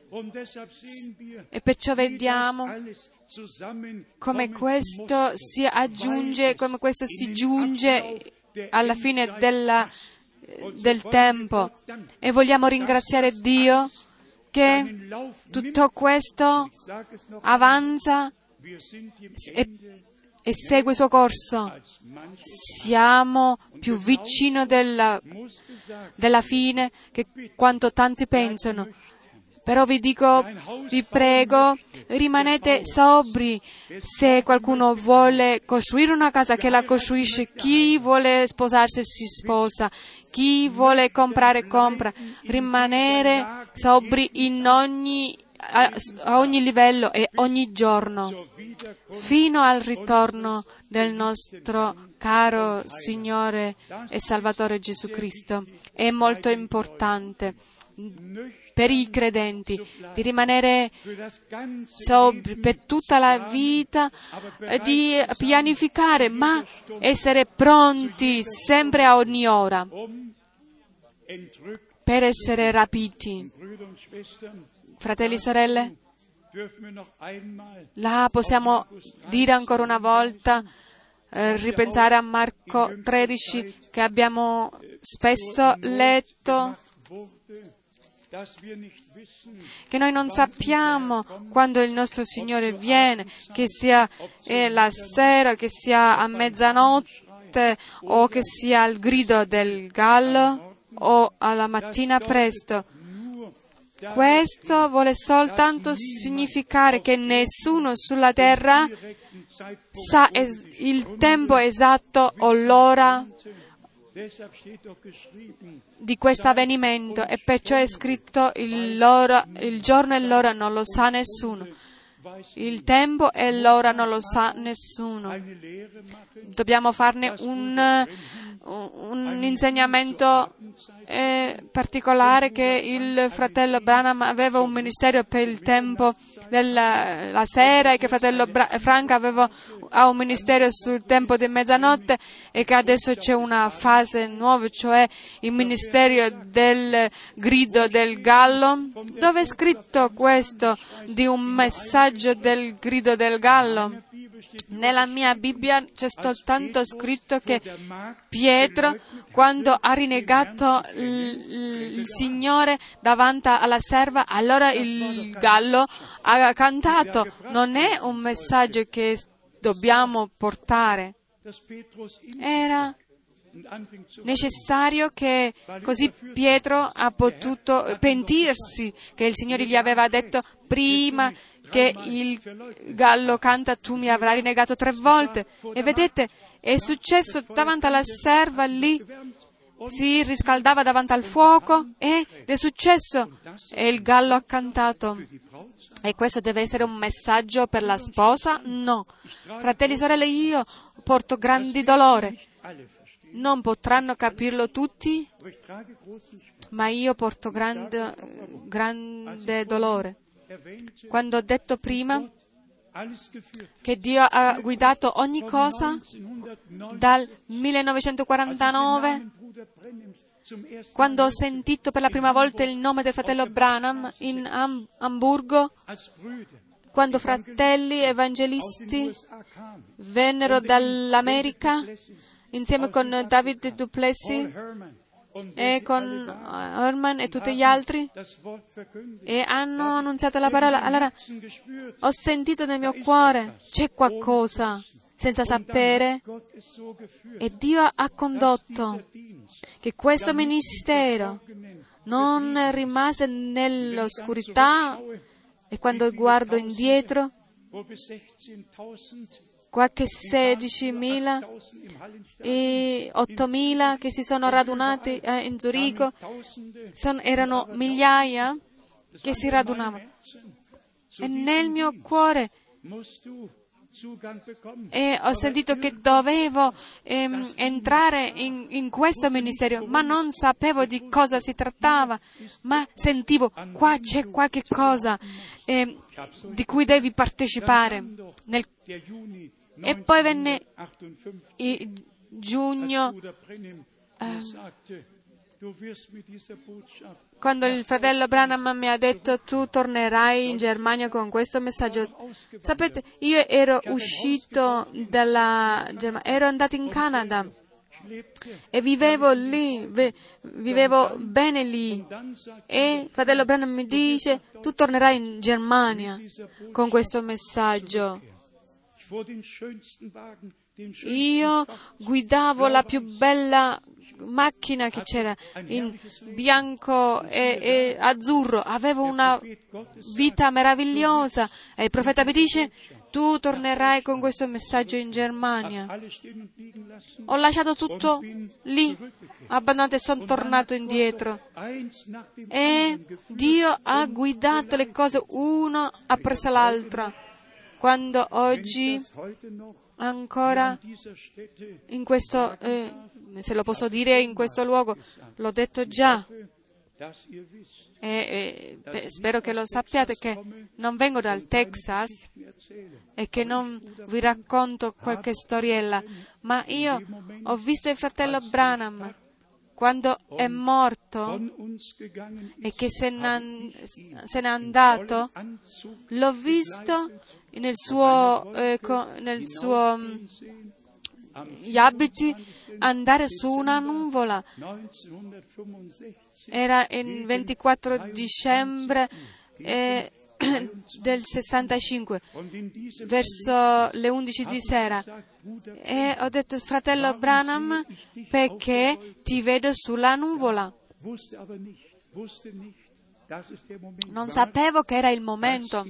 E perciò vediamo come questo si aggiunge, come questo si giunge alla fine della, del tempo. E vogliamo ringraziare Dio che tutto questo avanza e, e segue il suo corso. Siamo più vicino della, della fine che quanto tanti pensano. Però vi dico, vi prego, rimanete sobri. Se qualcuno vuole costruire una casa, che la costruisce. Chi vuole sposarsi si sposa. Chi vuole comprare compra. Rimanere sobri in ogni, a, a ogni livello e ogni giorno, fino al ritorno del nostro caro Signore e Salvatore Gesù Cristo. È molto importante per i credenti di rimanere sobri per tutta la vita, di pianificare, ma essere pronti sempre a ogni ora per essere rapiti. Fratelli e sorelle, là possiamo dire ancora una volta, eh, ripensare a Marco tredici che abbiamo spesso letto, che noi non sappiamo quando il nostro Signore viene, che sia eh, la sera, che sia a mezzanotte o che sia al grido del gallo o alla mattina presto. Questo vuole soltanto significare che nessuno sulla terra sa es- il tempo esatto o l'ora di questo avvenimento, e perciò è scritto il, l'ora, il giorno e l'ora non lo sa nessuno. Il tempo e l'ora non lo sa nessuno. Dobbiamo farne un, un insegnamento eh, particolare, che il fratello Branham aveva un ministero per il tempo della la sera e che il fratello Bra- Frank aveva ha un ministero sul tempo di mezzanotte, e che adesso c'è una fase nuova, cioè il ministero del grido del gallo. Dove è scritto questo di un messaggio del grido del gallo? Nella mia Bibbia c'è soltanto scritto che Pietro, quando ha rinnegato il, il Signore davanti alla serva, allora il gallo ha cantato. Non è un messaggio che dobbiamo portare. Era necessario che così Pietro ha potuto pentirsi, che il Signore gli aveva detto: prima che il gallo canta tu mi avrai rinnegato tre volte. E vedete, è successo davanti alla serva, lì si riscaldava davanti al fuoco ed è successo e il gallo ha cantato. E questo deve essere un messaggio per la sposa? No. Fratelli e sorelle, io porto grandi dolore. Non potranno capirlo tutti, ma io porto grande, grande dolore. Quando ho detto prima che Dio ha guidato ogni cosa dal millenovecentoquarantanove, quando ho sentito per la prima volta il nome del fratello Branham in Am- Amburgo, quando fratelli evangelisti vennero dall'America insieme con David Duplessis e con Herman e tutti gli altri, e hanno annunziato la parola. Allora ho sentito nel mio cuore, c'è qualcosa, senza sapere, e Dio ha condotto che questo ministero non rimase nell'oscurità. E quando guardo indietro, qualche sedicimila e ottomila che si sono radunati eh, in Zurigo, son, erano migliaia che si radunavano. E nel mio cuore e ho sentito che dovevo ehm, entrare in, in questo ministero, ma non sapevo di cosa si trattava, ma sentivo qua c'è qualche cosa eh, di cui devi partecipare. Nel... E poi venne il giugno, eh, quando il fratello Branham mi ha detto tu tornerai in Germania con questo messaggio. Sapete, io ero uscito dalla Germania, ero andato in Canada e vivevo lì, vivevo bene lì. E il fratello Branham mi dice tu tornerai in Germania con questo messaggio. Io guidavo la più bella macchina che c'era, in bianco e, e azzurro, avevo una vita meravigliosa e il profeta mi dice tu tornerai con questo messaggio in Germania. Ho lasciato tutto lì, abbandonato e sono tornato indietro e Dio ha guidato le cose una appresso l'altra. Quando oggi ancora in questo, eh, se lo posso dire in questo luogo, l'ho detto già, e, e spero che lo sappiate che non vengo dal Texas e che non vi racconto qualche storiella, ma io ho visto il fratello Branham quando è morto e che se n'è, se n'è andato, l'ho visto nel suo, eh, nel suo gli abiti andare su una nuvola. Era il ventiquattro dicembre eh, del sessantacinque, verso le undici di sera. E ho detto, fratello Branham, perché ti vedo sulla nuvola? Non sapevo che era il momento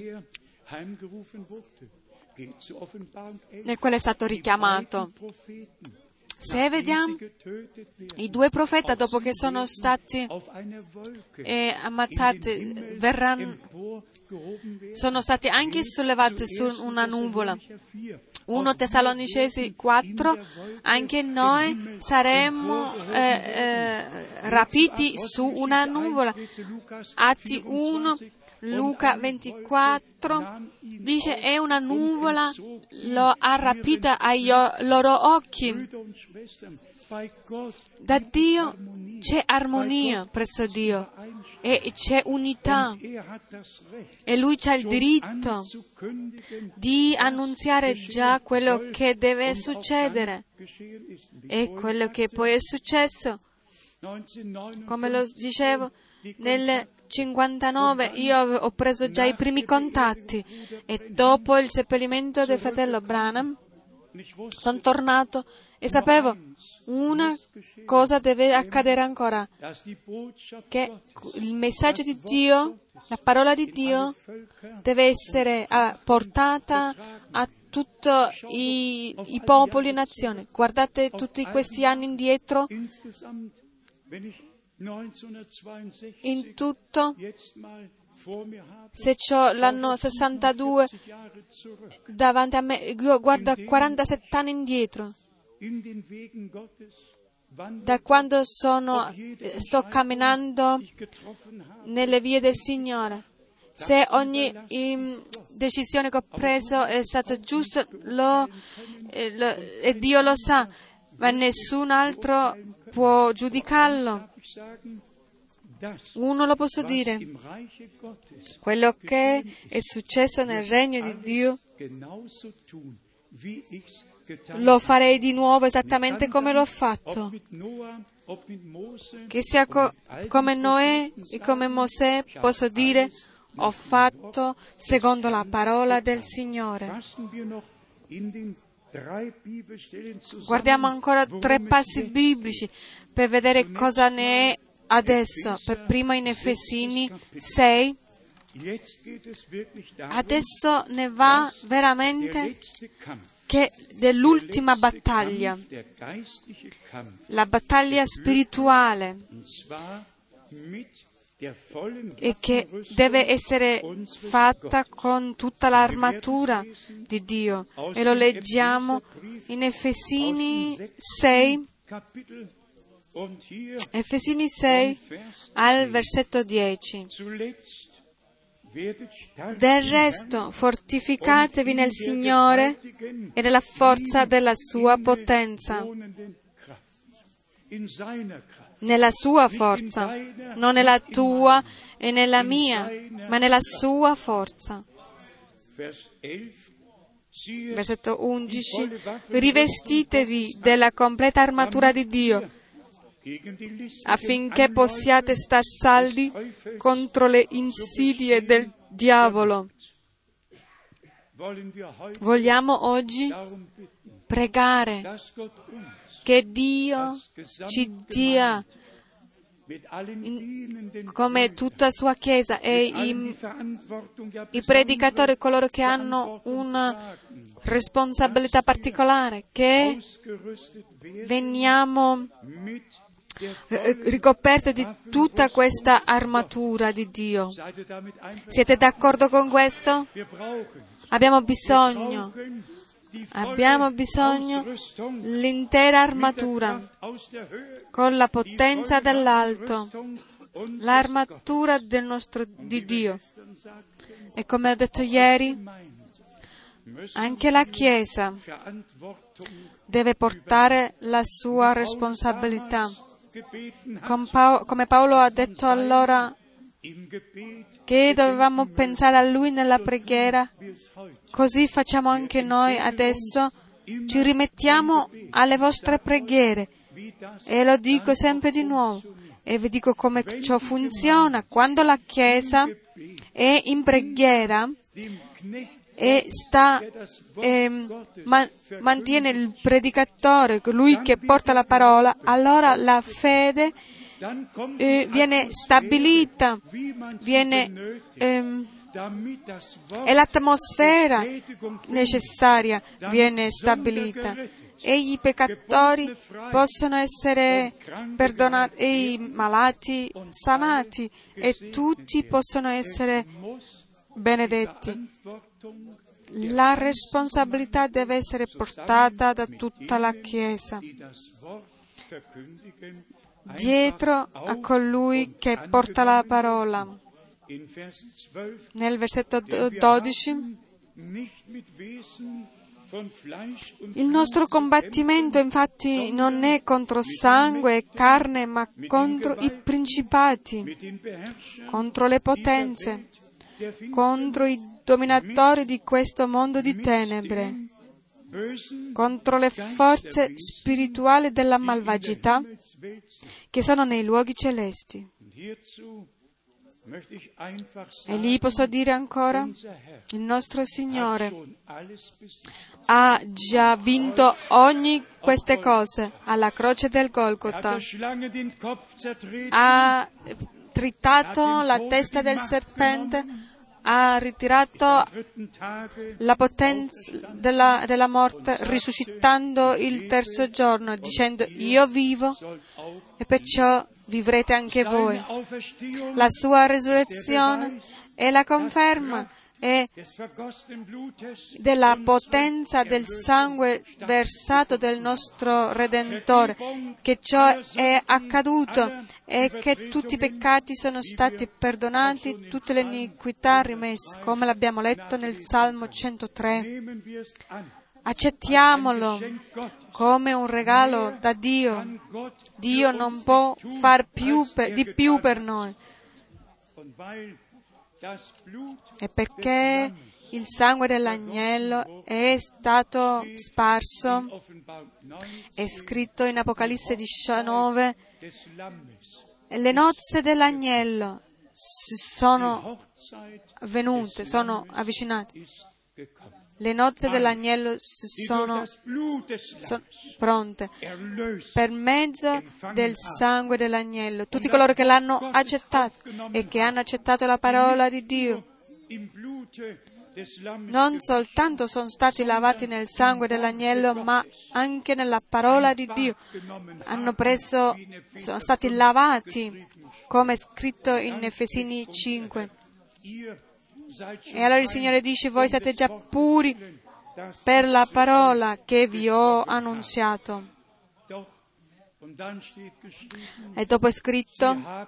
nel quale è stato richiamato. Se vediamo, i due profeti, dopo che sono stati eh, ammazzati, verranno, sono stati anche sollevati su una nuvola. primo Tessalonicesi quattro, anche noi saremo eh, eh, rapiti su una nuvola. Atti uno, Luca ventiquattro, dice, è una nuvola, lo ha rapita ai loro occhi. Da Dio c'è armonia presso Dio e c'è unità e Lui ha il diritto di annunziare già quello che deve succedere e quello che poi è successo. Come lo dicevo, nel cinquantanove io ho preso già i primi contatti e dopo il seppellimento del fratello Branham sono tornato e sapevo una cosa deve accadere ancora, che il messaggio di Dio, la parola di Dio deve essere uh, portata a tutti i, i popoli e nazioni. Guardate tutti questi anni indietro, in tutto, se ho l'anno sessantadue davanti a me, io guardo quarantasette anni indietro, da quando sono, sto camminando nelle vie del Signore. Se ogni um, decisione che ho preso è stata giusta, lo, eh, lo, e Dio lo sa, ma nessun altro può giudicarlo. Uno lo posso dire, quello che è successo nel regno di Dio lo farei di nuovo esattamente come l'ho fatto. Che sia co- come Noè e come Mosè, posso dire, ho fatto secondo la parola del Signore. Guardiamo ancora tre passi biblici per vedere cosa ne è adesso. Per primo in Efesini sei. Adesso ne va veramente che dell'ultima battaglia, la battaglia spirituale, e che deve essere fatta con tutta l'armatura di Dio. E lo leggiamo in Efesini sei, Efesini sei al versetto dieci. Del resto, fortificatevi nel Signore e nella forza della sua potenza. Nella sua forza, non nella tua e nella mia, ma nella sua forza. Versetto undici. Rivestitevi della completa armatura di Dio, affinché possiate star saldi contro le insidie del diavolo. Vogliamo oggi pregare che Dio ci dia, in, come tutta sua Chiesa e i, i predicatori, coloro che hanno una responsabilità particolare, che veniamo ricoperte di tutta questa armatura di Dio. Siete d'accordo con questo? Abbiamo bisogno, abbiamo bisogno l'intera armatura con la potenza dall'alto, l'armatura del nostro di Dio. E come ho detto ieri, anche la Chiesa deve portare la sua responsabilità. Come Paolo ha detto allora che dovevamo pensare a Lui nella preghiera, così facciamo anche noi adesso, ci rimettiamo alle vostre preghiere. E lo dico sempre di nuovo, e vi dico come ciò funziona. Quando la Chiesa è in preghiera e sta e man, mantiene il predicatore, colui che porta la parola, allora la fede eh, viene stabilita, viene, ehm, e l'atmosfera necessaria viene stabilita, e i peccatori possono essere perdonati, e i malati sanati, e tutti possono essere benedetti. La responsabilità deve essere portata da tutta la Chiesa dietro a colui che porta la parola. Nel versetto dodici, il nostro combattimento infatti non è contro sangue e carne, ma contro i principati, contro le potenze, contro i dominatori di questo mondo di tenebre, contro le forze spirituali della malvagità che sono nei luoghi celesti. E lì posso dire ancora, il nostro Signore ha già vinto ogni queste cose alla croce del Golgota. Ha tritato la testa del serpente, ha ritirato la potenza della, della morte, risuscitando il terzo giorno, dicendo: io vivo e perciò vivrete anche voi. La sua risurrezione è la conferma e della potenza del sangue versato del nostro Redentore, che ciò è accaduto e che tutti i peccati sono stati perdonati, tutte le iniquità rimesse, come l'abbiamo letto nel Salmo centotré. Accettiamolo come un regalo da Dio. Dio non può far più per, di più per noi. E perché il sangue dell'agnello è stato sparso, è scritto in Apocalisse diciannove, le nozze dell'agnello sono venute, sono avvicinate. Le nozze dell'agnello sono, sono pronte per mezzo del sangue dell'agnello. Tutti coloro che l'hanno accettato e che hanno accettato la parola di Dio non soltanto sono stati lavati nel sangue dell'agnello, ma anche nella parola di Dio. Hanno preso, sono stati lavati, come è scritto in Efesini cinque. E allora il Signore dice: voi siete già puri per la parola che vi ho annunziato. E dopo è scritto: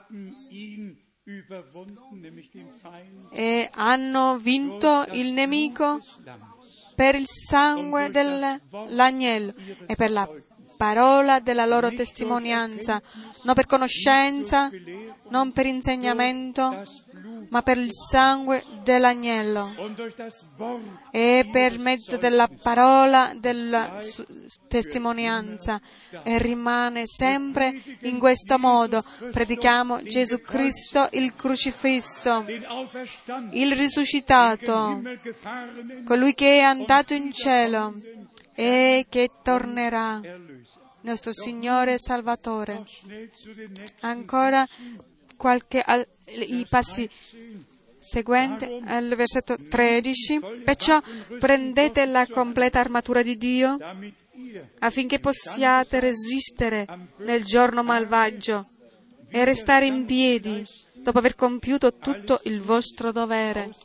e hanno vinto il nemico per il sangue dell'agnello e per la parola della loro testimonianza, non per conoscenza, non per insegnamento, ma per il sangue dell'agnello e per mezzo della parola della testimonianza. E rimane sempre in questo modo. Predichiamo Gesù Cristo, il crocifisso, il risuscitato, colui che è andato in cielo e che tornerà, nostro Signore e Salvatore. Ancora qualche al, i passi seguenti al versetto tredici. Perciò prendete la completa armatura di Dio affinché possiate resistere nel giorno malvagio e restare in piedi dopo aver compiuto tutto il vostro dovere.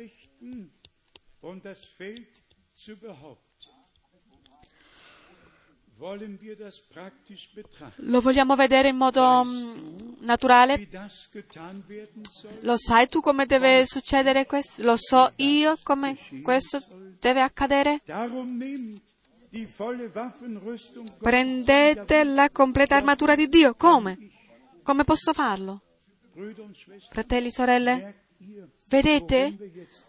Lo vogliamo vedere in modo um, naturale? Lo sai tu come deve succedere questo? Lo so io come questo deve accadere? Prendete la completa armatura di Dio. Come? Come posso farlo? Fratelli, sorelle? Vedete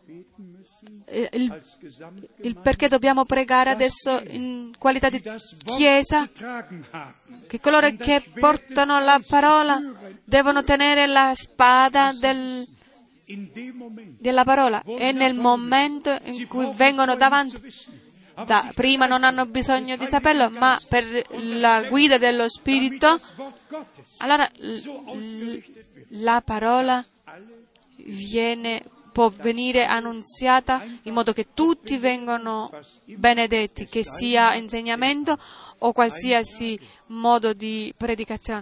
il, il perché dobbiamo pregare adesso in qualità di Chiesa? Che coloro che portano la parola devono tenere la spada del, della parola, e nel momento in cui vengono davanti, da, prima non hanno bisogno di saperlo, ma per la guida dello Spirito, allora l, la parola viene, può venire annunziata in modo che tutti vengano benedetti, che sia insegnamento o qualsiasi modo di predicazione.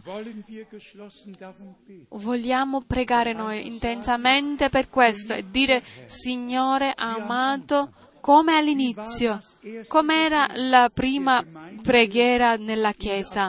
Vogliamo pregare noi intensamente per questo e dire: Signore amato, come all'inizio, com'era la prima preghiera nella Chiesa,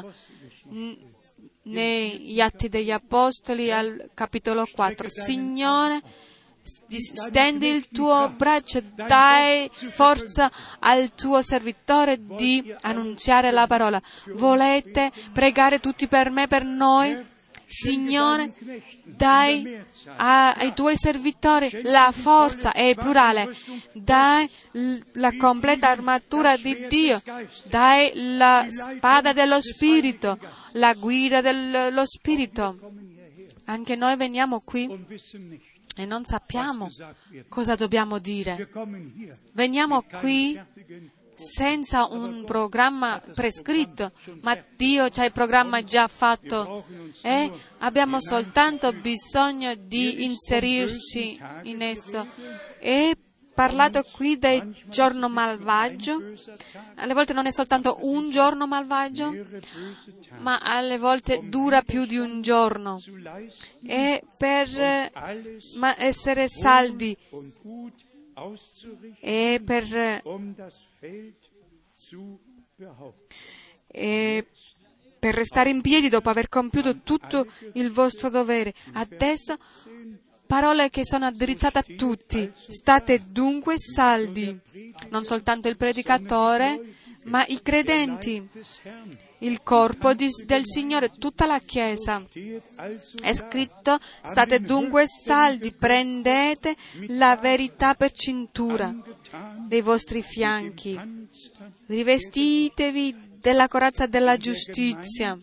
negli Atti degli Apostoli al capitolo quattro. Signore, stendi il tuo braccio, dai forza al tuo servitore di annunziare la parola. Volete pregare tutti per me, per noi? Signore, dai ai tuoi servitori la forza, è plurale, dai la completa armatura di Dio, dai la spada dello Spirito, la guida dello Spirito. Anche noi veniamo qui e non sappiamo cosa dobbiamo dire. Veniamo qui senza un programma prescritto, ma Dio c'ha il programma già fatto e abbiamo soltanto bisogno di inserirci in esso. E parlato qui del giorno malvagio, alle volte non è soltanto un giorno malvagio, ma alle volte dura più di un giorno. E per ma essere saldi e per e per restare in piedi dopo aver compiuto tutto il vostro dovere. Adesso parole che sono addrizzate a tutti. State dunque saldi, non soltanto il predicatore, ma i credenti, il corpo di, del Signore, tutta la Chiesa. È scritto: state dunque saldi, prendete la verità per cintura dei vostri fianchi, rivestitevi della corazza della giustizia.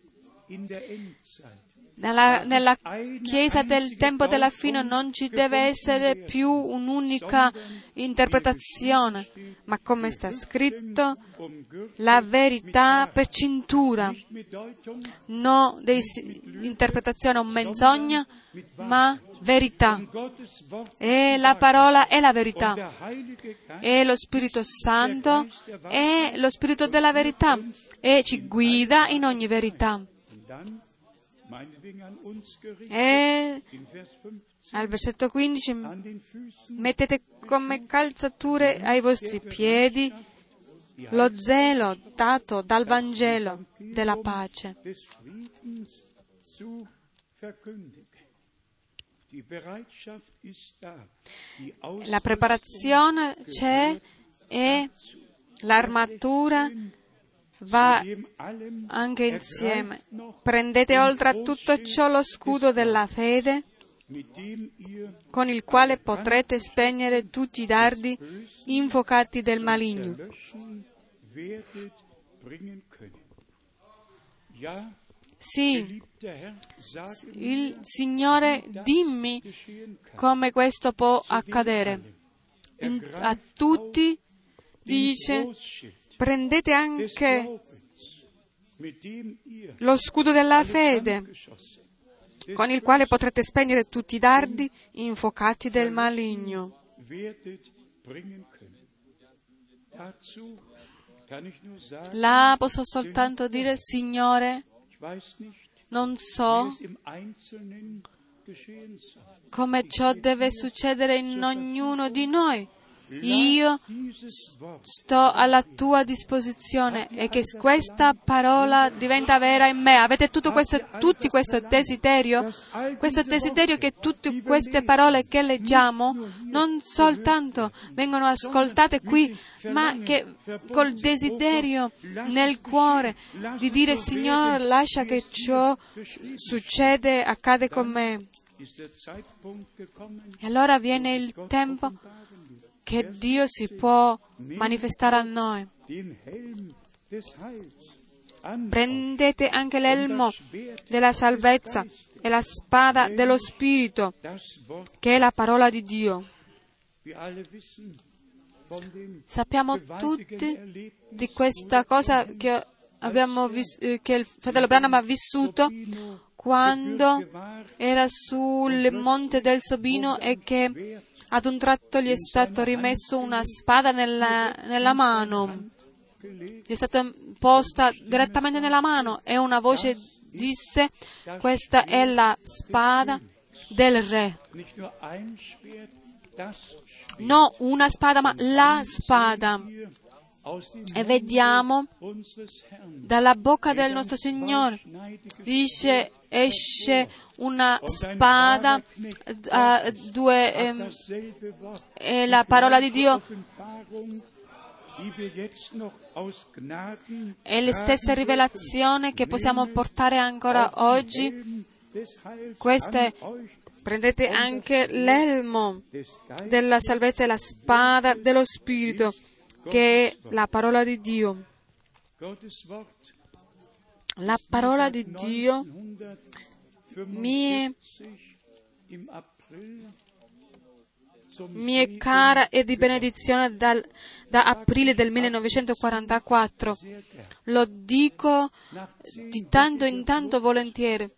Nella, nella Chiesa del tempo della fine non ci deve essere più un'unica interpretazione, ma come sta scritto, la verità per cintura, non di interpretazione o menzogna, ma verità. E la parola è la verità. E lo Spirito Santo è lo Spirito della verità e ci guida in ogni verità. E al versetto quindici, mettete come calzature ai vostri piedi lo zelo dato dal Vangelo della pace. La preparazione c'è e l'armatura va anche insieme. Prendete oltre a tutto ciò lo scudo della fede, con il quale potrete spegnere tutti i dardi infuocati del maligno. Sì, il Signore, dimmi come questo può accadere. In, a tutti dice, prendete anche lo scudo della fede, con il quale potrete spegnere tutti i dardi infuocati del maligno. Là posso soltanto dire, Signore, non so come ciò deve succedere in ognuno di noi. Io sto alla tua disposizione e che questa parola diventa vera in me. Avete tutto questo, tutti questo desiderio? Questo desiderio che tutte queste parole che leggiamo non soltanto vengono ascoltate qui, ma che col desiderio nel cuore di dire, Signore, lascia che ciò succede, accade con me. E allora viene il tempo che Dio si può manifestare a noi. Prendete anche l'elmo della salvezza e la spada dello Spirito, che è la parola di Dio. Sappiamo tutti di questa cosa che, abbiamo vis- che il fratello Branham ha vissuto quando era sul monte del Sobino e che ad un tratto gli è stato rimesso una spada nella, nella mano, gli è stata posta direttamente nella mano e una voce disse, questa è la spada del re. No una spada, ma la spada. E vediamo dalla bocca del nostro Signore, dice, esce una spada, uh, due, um, è la parola di Dio, è la stessa rivelazione che possiamo portare ancora oggi. Queste, prendete anche l'elmo della salvezza e la spada dello Spirito, che è la parola di Dio. La parola di Dio mi è, mi è cara e di benedizione dal, da aprile del millenovecentoquarantaquattro. Lo dico di tanto in tanto volentieri.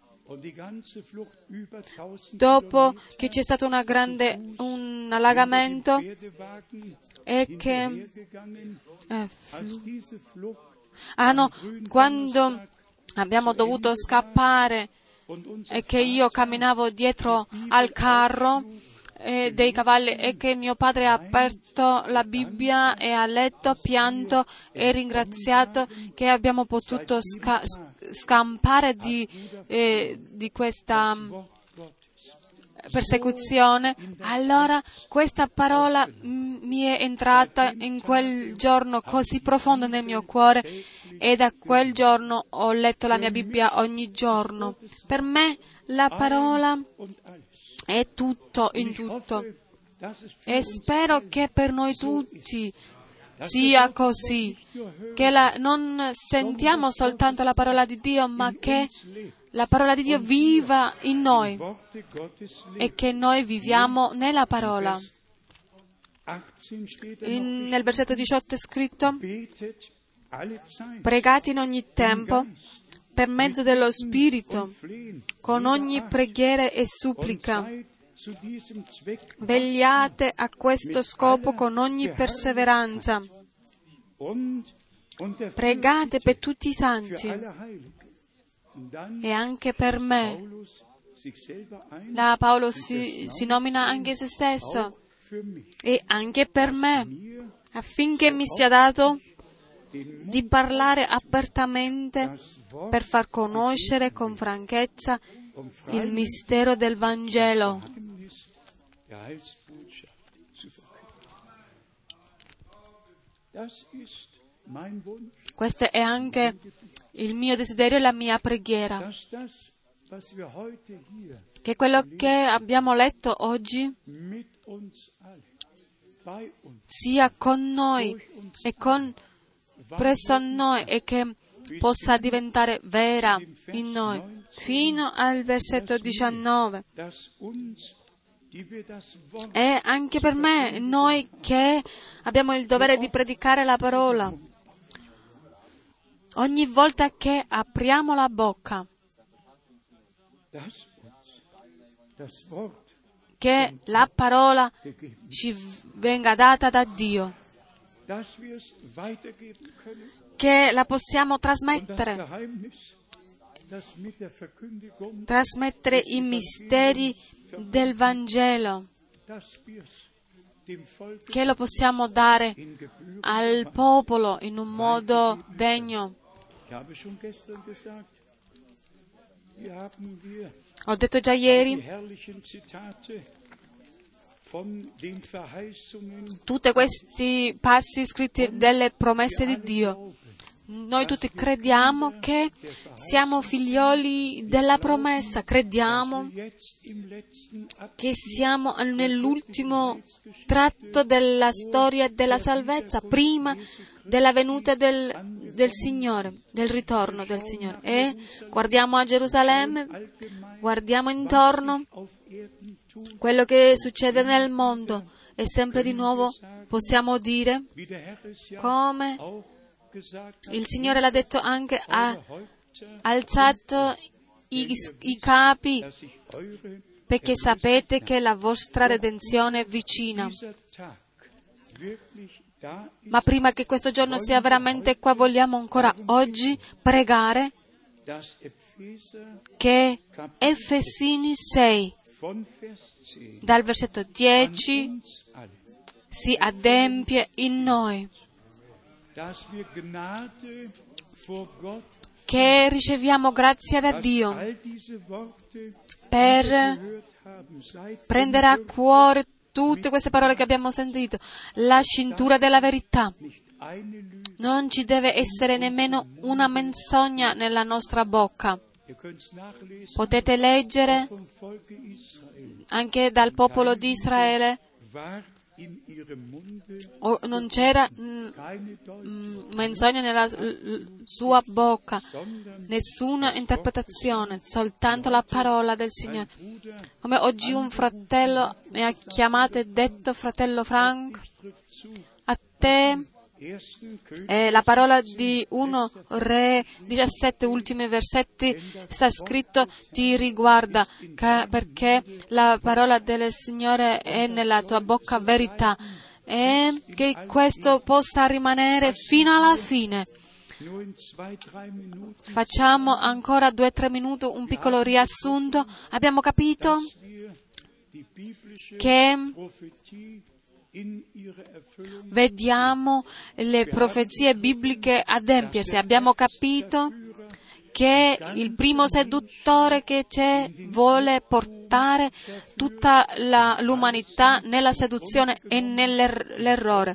Dopo che c'è stato una grande, un allagamento e che eh, ah no, quando abbiamo dovuto scappare e che io camminavo dietro al carro eh, dei cavalli e che mio padre ha aperto la Bibbia e ha letto, pianto e ringraziato che abbiamo potuto sca- scampare di, eh, di questa persecuzione. Allora questa parola m- mi è entrata in quel giorno così profondo nel mio cuore e da quel giorno ho letto la mia Bibbia ogni giorno. Per me la parola è tutto in tutto e spero che per noi tutti sia così, che la, non sentiamo soltanto la parola di Dio, ma che la parola di Dio viva in noi e che noi viviamo nella parola. In, nel versetto diciotto è scritto: pregate in ogni tempo per mezzo dello Spirito, con ogni preghiera e supplica, Vegliate a questo scopo con ogni perseveranza. Pregate per tutti i santi e anche per me. Là Paolo si, si nomina anche se stesso e anche per me, affinché mi sia dato di parlare apertamente per far conoscere con franchezza il mistero del Vangelo. Questo è anche il mio desiderio e la mia preghiera, che quello che abbiamo letto oggi sia con noi e con presso a noi e che possa diventare vera in noi, fino al versetto diciannove. E anche per me, noi che abbiamo il dovere di predicare la parola, ogni volta che apriamo la bocca, che la parola ci venga data da Dio, che la possiamo trasmettere, trasmettere i misteri del Vangelo, che lo possiamo dare al popolo in un modo degno. Ho detto già ieri, tutti questi passi scritti delle promesse di Dio. Noi tutti crediamo che siamo figlioli della promessa, crediamo che siamo nell'ultimo tratto della storia della salvezza, prima della venuta del, del Signore, del ritorno del Signore. E guardiamo a Gerusalemme, guardiamo intorno quello che succede nel mondo e sempre di nuovo possiamo dire, come il Signore l'ha detto anche, ha alzato i, i capi perché sapete che la vostra redenzione è vicina. Ma prima che questo giorno sia veramente qua, vogliamo ancora oggi pregare che Efesini sei, dal versetto dieci, si adempie in noi, che riceviamo grazia da Dio per prendere a cuore tutte queste parole che abbiamo sentito, la cintura della verità. Non ci deve essere nemmeno una menzogna nella nostra bocca. Potete leggere anche dal popolo di Israele, o non c'era mh, menzogna nella l, sua bocca, nessuna interpretazione, soltanto la parola del Signore. Come oggi un fratello mi ha chiamato e detto: fratello Frank, a te eh, la parola di uno Re diciassette, ultimi versetti, sta scritto ti riguarda, ca- perché la parola del Signore è nella tua bocca verità, e che questo possa rimanere fino alla fine. Facciamo ancora due o tre minuti un piccolo riassunto. Abbiamo capito che vediamo le profezie bibliche adempiersi. Abbiamo capito che il primo seduttore che c'è vuole portare tutta la, l'umanità nella seduzione e nell'errore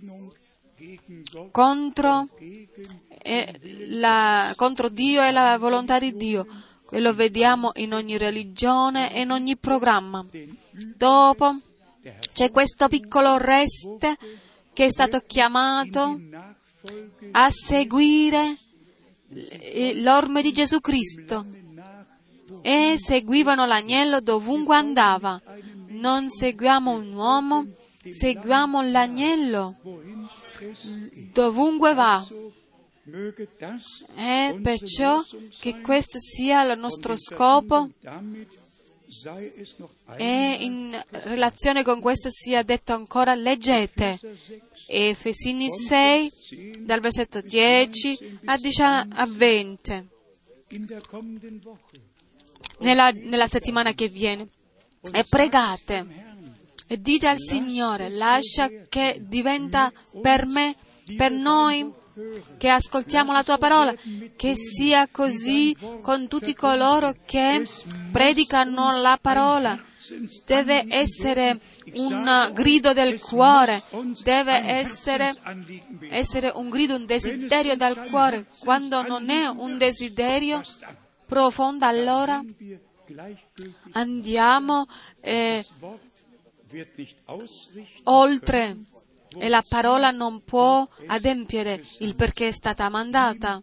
contro, eh, la, contro Dio e la volontà di Dio. E lo vediamo in ogni religione e in ogni programma. Dopo c'è questo piccolo reste che è stato chiamato a seguire l'orme di Gesù Cristo, e seguivano l'agnello dovunque andava. Non seguiamo un uomo, seguiamo l'agnello dovunque va. E perciò che questo sia il nostro scopo E in relazione con questo sia detto ancora, leggete Efesini sei, dal versetto dieci a venti, nella, nella settimana che viene, e pregate e dite al Signore: lascia che diventa per me, per noi, che ascoltiamo la tua parola, che sia così con tutti coloro che predicano la parola. Deve essere un grido del cuore, deve essere, essere un grido, un desiderio dal cuore. Quando non è un desiderio profondo, allora andiamo eh, oltre, e la parola non può adempiere il perché è stata mandata.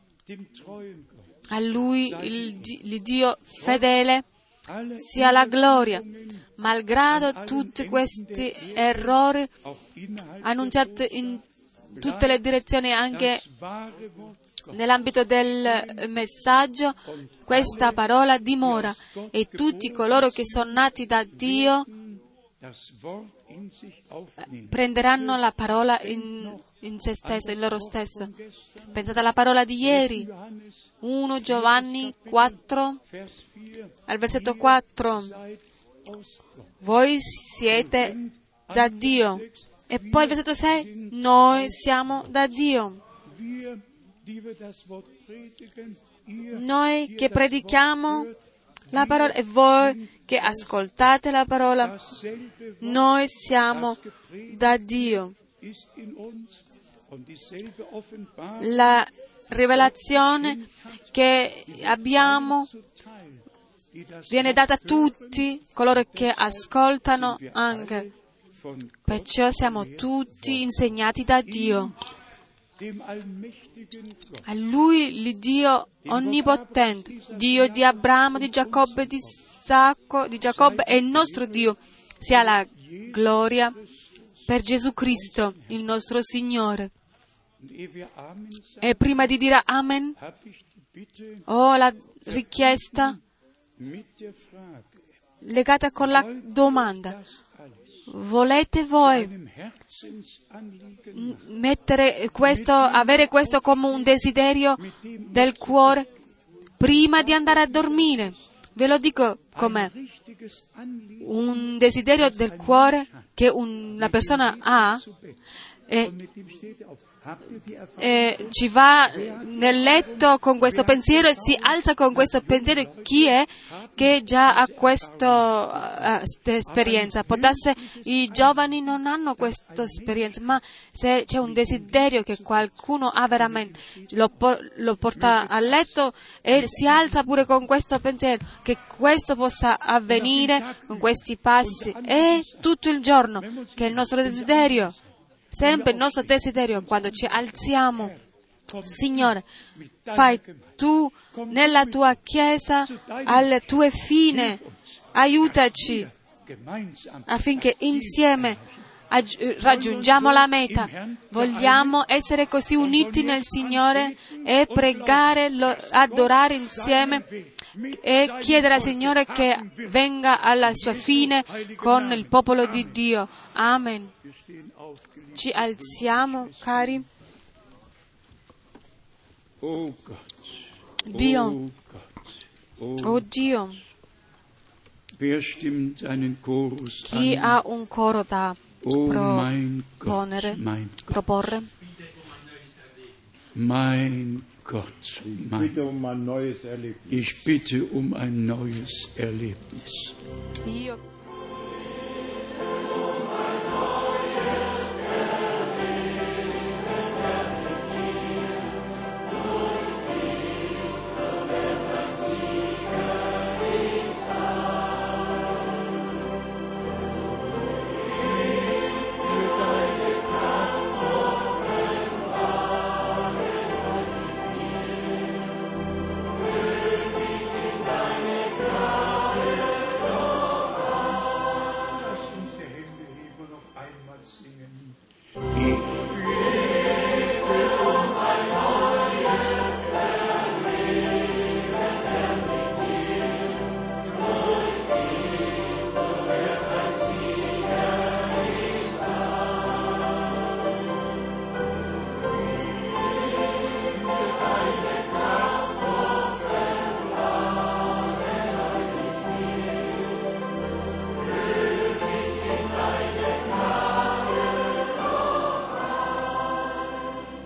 A Lui, il, il Dio fedele, sia la gloria, malgrado tutti questi errori annunciati in tutte le direzioni, anche nell'ambito del messaggio. Questa parola dimora, e tutti coloro che sono nati da Dio prenderanno la parola in, in se stesso, in loro stesso. Pensate alla parola di ieri, primo Giovanni quattro, al versetto quattro. Voi siete da Dio. E poi il versetto sei, noi siamo da Dio. Noi che predichiamo la parola e voi che ascoltate la parola, noi siamo da Dio. La rivelazione che abbiamo viene data a tutti coloro che ascoltano anche. Perciò siamo tutti insegnati da Dio. A Lui, l'Iddio onnipotente, Dio di Abramo, di Giacobbe, di Isacco, di Giacobbe, è il nostro Dio. Sia la gloria per Gesù Cristo, il nostro Signore. E prima di dire Amen, ho la richiesta legata con la domanda: volete voi mettere questo, avere questo come un desiderio del cuore prima di andare a dormire? Ve lo dico com'è. Un desiderio del cuore che una persona ha e, e ci va nel letto con questo pensiero e si alza con questo pensiero. Chi è che già ha questa uh, esperienza? Può darsi i giovani non hanno questa esperienza, ma se c'è un desiderio che qualcuno ha veramente, lo, lo porta a letto e si alza pure con questo pensiero, che questo possa avvenire con questi passi, e tutto il giorno, che è il nostro desiderio. Sempre il nostro desiderio, quando ci alziamo: Signore, fai tu nella tua Chiesa alle tue fine, aiutaci affinché insieme raggiungiamo la meta. Vogliamo essere così uniti nel Signore e pregare, adorare insieme e chiedere al Signore che venga alla sua fine con il popolo di Dio. Amen. Ci alziamo, cari. Dio, oh Dio, chi ha un coro da proponere, proporre? Mein Gott, mein, ich bitte um ein neues Erlebnis. Io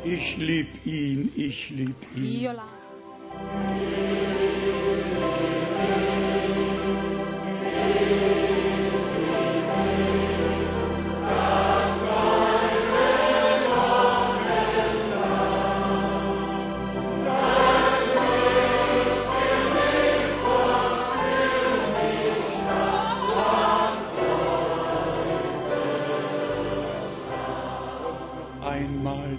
Ich lieb ihn, ich lieb ihn. Io l'amo. Einmal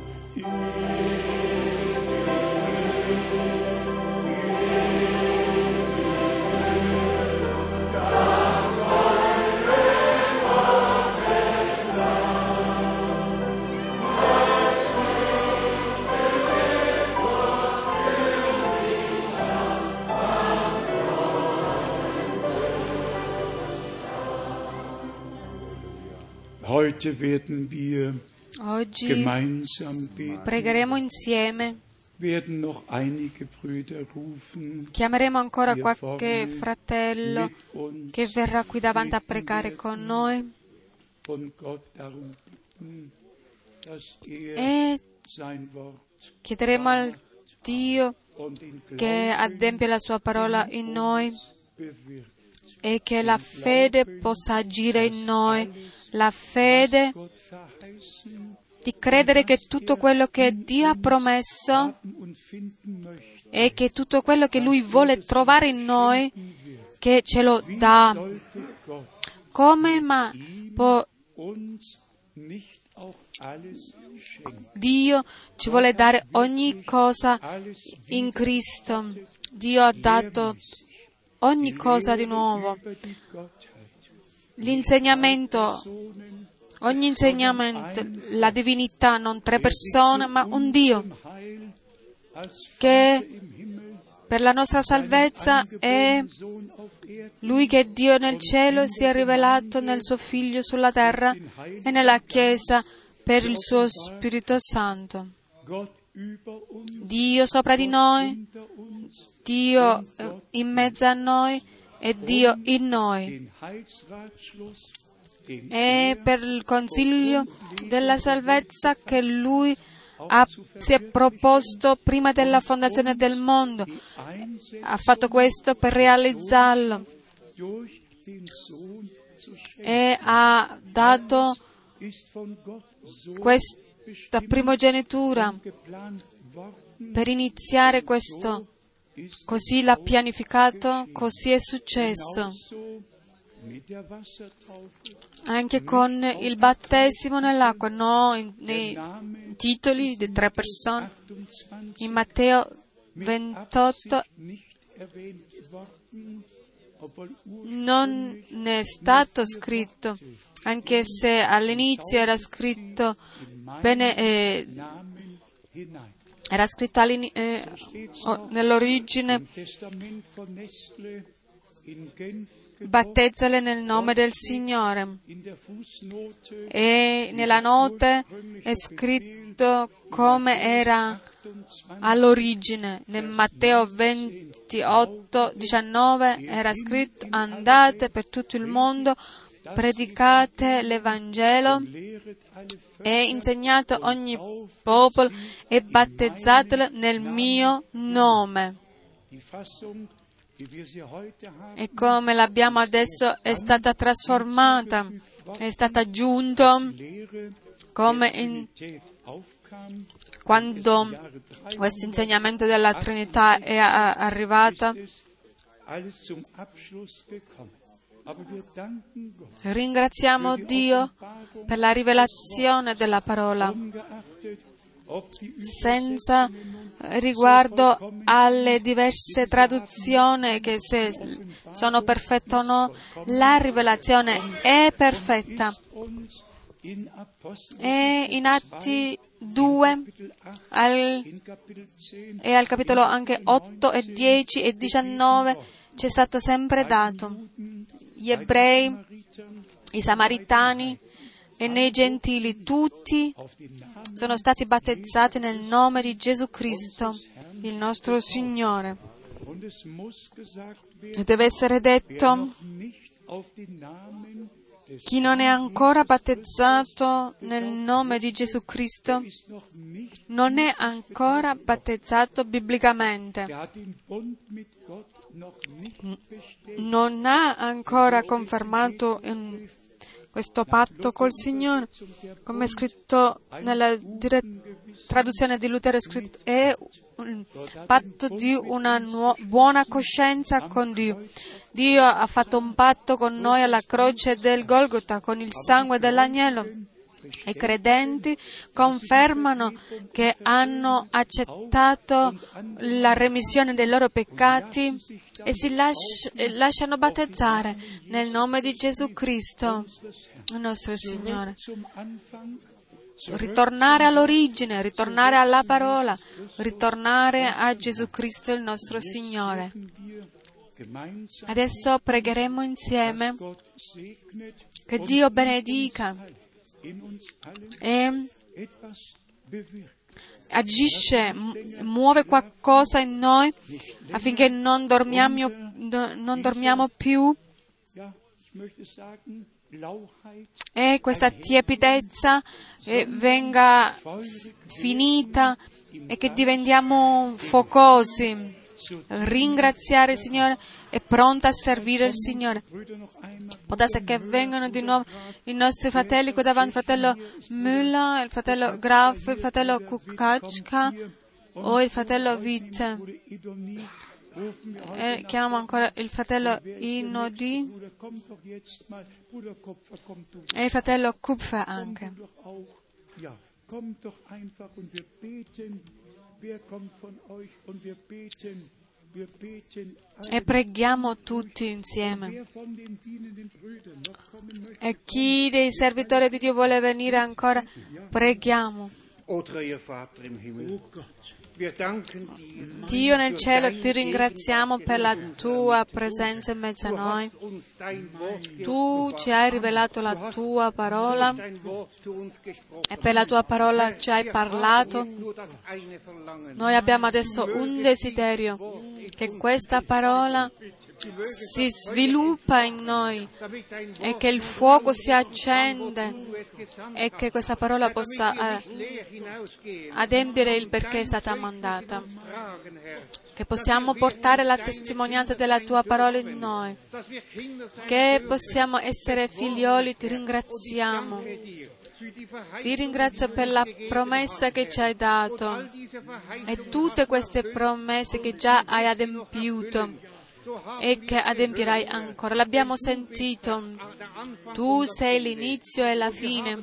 heute werden wir Oggi gemeinsam beten. pregheremo insieme. Werden noch einige Brüder rufen, Chiameremo ancora hier qualche vorne fratello mit uns, che verrà qui davanti a pregare con noi von Gott darum bitten, dass er e sein Wort chiederemo al Dio und in che adempie la sua parola in noi bewirkt. e che la fede possa agire in noi, la fede Gott verheißen di credere che tutto quello che Dio ha promesso haben und finden möchte, e che tutto quello che Lui vuole trovare in noi, che ce lo dà. sollte Gott Come ma può uns nicht auch alles schenken? Dio ci vuole dare ogni cosa Alles in Cristo. Dio ha dato ogni cosa di nuovo. über die Gottheit. L'insegnamento, ogni insegnamento, la divinità, non tre persone, ma un Dio Zum Heil als che Vater im Himmel, per la nostra salvezza è Sohn auf Erden, Lui che è Dio nel cielo si è rivelato nel suo Figlio sulla terra e nella Chiesa per il suo Spirito Santo. Gott über uns, Dio sopra di noi, hinter uns, Dio eh, in mezzo a noi e Dio in noi. den Heilsratschluss, den E per il consiglio della salvezza che Lui ha, si è proposto prima della fondazione del mondo, Einsetzung ha fatto questo per realizzarlo durch den Sohn zu schenken, e ha dato ist von Gott so questa primogenitura geplant worden, per iniziare questo. ist Così l'ha pianificato, così è successo. so mit der Wassertaufe. Anche con il battesimo nell'acqua, no, in- nei Name titoli di tre persone. achtundzwanzig In Matteo ventotto nicht erwähnt worden, obwohl non ne è stato scritto, anche se all'inizio era scritto bene, eh, Namen hinein. era scritto all'ini- eh, o- nell'origine, Im Testament von Nestle in Genf battezzale nel nome del Signore. in der Fußnote E nella note è scritto come era achtundzwanzig all'origine. Nel Matteo ventotto diciannove era scritto: andate per tutto il mondo, predicate l'Evangelo lehret alle e insegnate ogni popolo e battezzatelo nel mio nome. die Fassung, wie wir sie heute haben, E come l'abbiamo adesso è stata trasformata, è stata aggiunta Lehre come in, Trinität aufkam, quando questo insegnamento della Trinità è a- arrivata. ist alles zum Abschluss gekommen. Aber wir danken Gott, Ringraziamo Dio per la rivelazione della parola, ungeachtet, ob die senza riguardo alle diverse traduzioni che se sono perfette o no, la rivelazione è perfetta. uns in Apostel E in Atti due al, in Kapitel zehn e al capitolo anche otto e dieci e diciannove ci è stato sempre dato. Gli ebrei, i samaritani e nei gentili, tutti auf den Namen sono stati battezzati nel nome di Gesù Cristo, il nostro Signore. und es muss gesagt werden, E deve essere detto: noch nicht auf den Namen des chi non è ancora battezzato nel nome di Gesù Cristo ist noch nicht non è ancora battezzato biblicamente, non ha ancora confermato in questo patto col Signore, come è scritto nella dire- traduzione di Lutero, è, scritto, è un patto di una nuo- buona coscienza con Dio. Dio ha fatto un patto con noi alla croce del Golgota, con il sangue dell'agnello. I credenti confermano che hanno accettato la remissione dei loro peccati e si lasci- lasciano battezzare nel nome di Gesù Cristo, il nostro Signore. Ritornare all'origine, ritornare alla parola, ritornare a Gesù Cristo, il nostro Signore. Adesso pregheremo insieme che Dio benedica e agisce, muove qualcosa in noi affinché non dormiamo, non dormiamo più e questa tiepidezza eh, venga finita e che diventiamo focosi. Ringraziare il Signore e pronta a servire il Signore. Può darsi che vengano di nuovo i nostri fratelli qui davanti, il fratello Müller, il fratello Graf, il fratello Kukacka o il fratello Witt. E chiamiamo ancora il fratello Inodi e il fratello Kupfer anche. E preghiamo tutti insieme. E chi dei servitori di Dio vuole venire ancora, preghiamo. Dio nel cielo, ti ringraziamo per la tua presenza in mezzo a noi. Tu ci hai rivelato la tua parola e per la tua parola ci hai parlato. Noi abbiamo adesso un desiderio, che questa parola si sviluppa in noi e che il fuoco si accende e che questa parola possa eh, adempiere il perché è stata mandata, che possiamo portare la testimonianza della tua parola in noi, che possiamo essere figlioli. Ti ringraziamo. Ti ringrazio per la promessa che ci hai dato e tutte queste promesse che già hai adempiuto e che adempirai ancora. L'abbiamo sentito. Tu sei l'inizio e la fine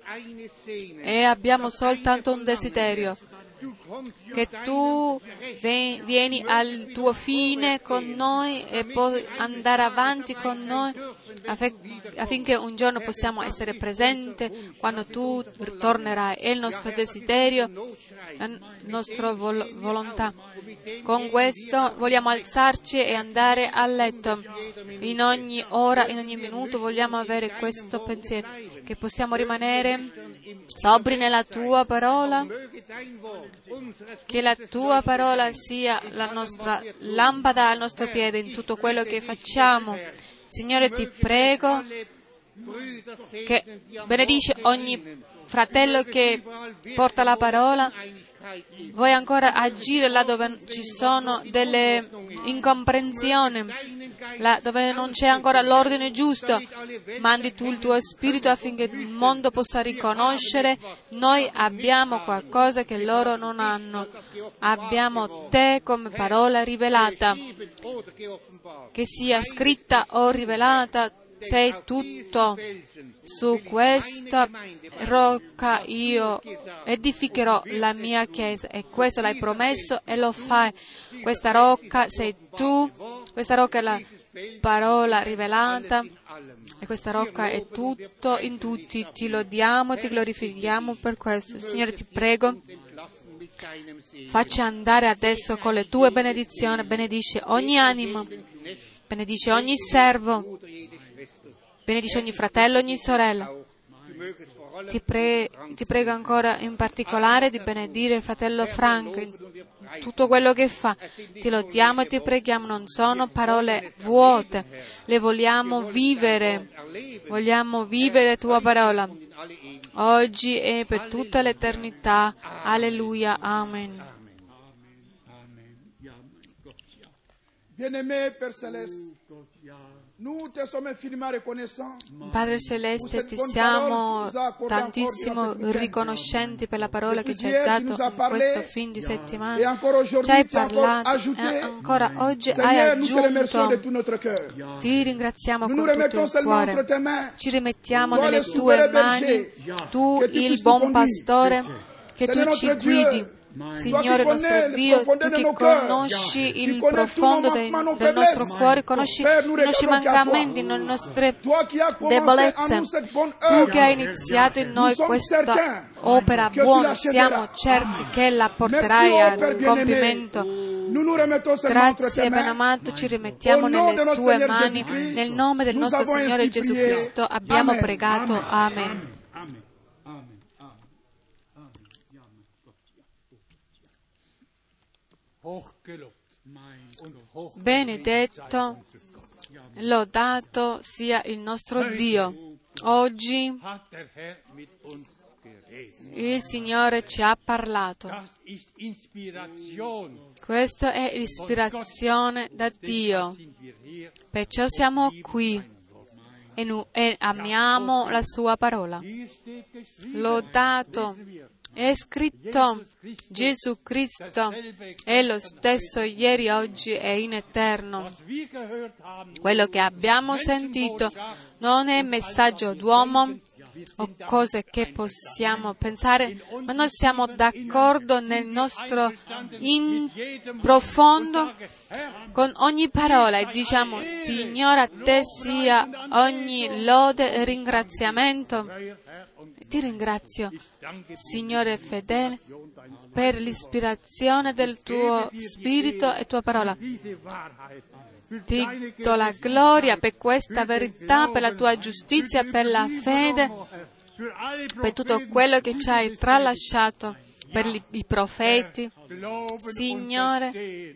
e abbiamo soltanto un desiderio, che tu vieni al tuo fine con noi e puoi andare avanti con noi affinché un giorno possiamo essere presenti quando tu tornerai. È il nostro desiderio, la nostra vol- volontà. Con questo vogliamo alzarci e andare a letto. In ogni ora, in ogni minuto vogliamo avere questo pensiero, che possiamo rimanere sobri nella tua parola, che la tua parola sia la nostra lampada al nostro piede in tutto quello che facciamo. Signore, ti prego che benedici ogni fratello che porta la parola. Vuoi ancora agire là dove ci sono delle incomprensioni, là dove non c'è ancora l'ordine giusto. Mandi tu il tuo spirito affinché il mondo possa riconoscere: noi abbiamo qualcosa che loro non hanno. Abbiamo te come parola rivelata, che sia scritta o rivelata. Sei tutto. Su questa rocca io edificherò la mia chiesa, e questo l'hai promesso e lo fai. Questa rocca sei tu, questa rocca è la parola rivelata e questa rocca è tutto in tutti. Ti lodiamo, ti glorifichiamo per questo. Signore, ti prego, facci andare adesso con le tue benedizioni. Benedice ogni anima, benedice ogni servo, benedice ogni fratello, ogni sorella. Ti, pre- ti prego ancora in particolare di benedire il fratello Frank in tutto quello che fa. Ti lodiamo e ti preghiamo. Non sono parole vuote, le vogliamo vivere. Vogliamo vivere tua parola. oggi e per tutta l'eternità. Alleluia. Amen. Bien-aimé Père Céleste, nous te sommes infiniment reconnaissants. Padre Celeste, ti siamo tantissimo riconoscenti per la parola che ci hai dato in questo fin di settimana. Ci hai parlato e ancora oggi hai aggiunto. Ti ringraziamo con tutto il cuore. Ci rimettiamo nelle tue mani, tu il buon pastore, che tu ci guidi. Signore nostro Dio, tu che conosci il profondo del, del nostro cuore, conosci i nostri mancamenti, le nostre debolezze, tu che hai iniziato in noi questa opera buona, siamo certi che la porterai a compimento. Grazie, ben amato, ci rimettiamo nelle tue mani, nel nome del nostro Signore Gesù Cristo abbiamo pregato. Amen. Benedetto, lodato sia il nostro Dio. Oggi il Signore ci ha parlato. Questa è ispirazione da Dio. Perciò siamo qui e, nu- e amiamo la sua parola. Lodato. È scritto, Gesù Cristo è lo stesso ieri, oggi e in eterno. Quello che abbiamo sentito non è messaggio d'uomo o cose che possiamo pensare, ma noi siamo d'accordo nel nostro in profondo con ogni parola e diciamo, Signore, a te sia ogni lode e ringraziamento. Ti ringrazio, Signore fedele, per l'ispirazione del tuo Spirito e tua parola. Ti do la gloria per questa verità, per la tua giustizia, per la fede, per tutto quello che ci hai tralasciato, per i, i profeti. Signore,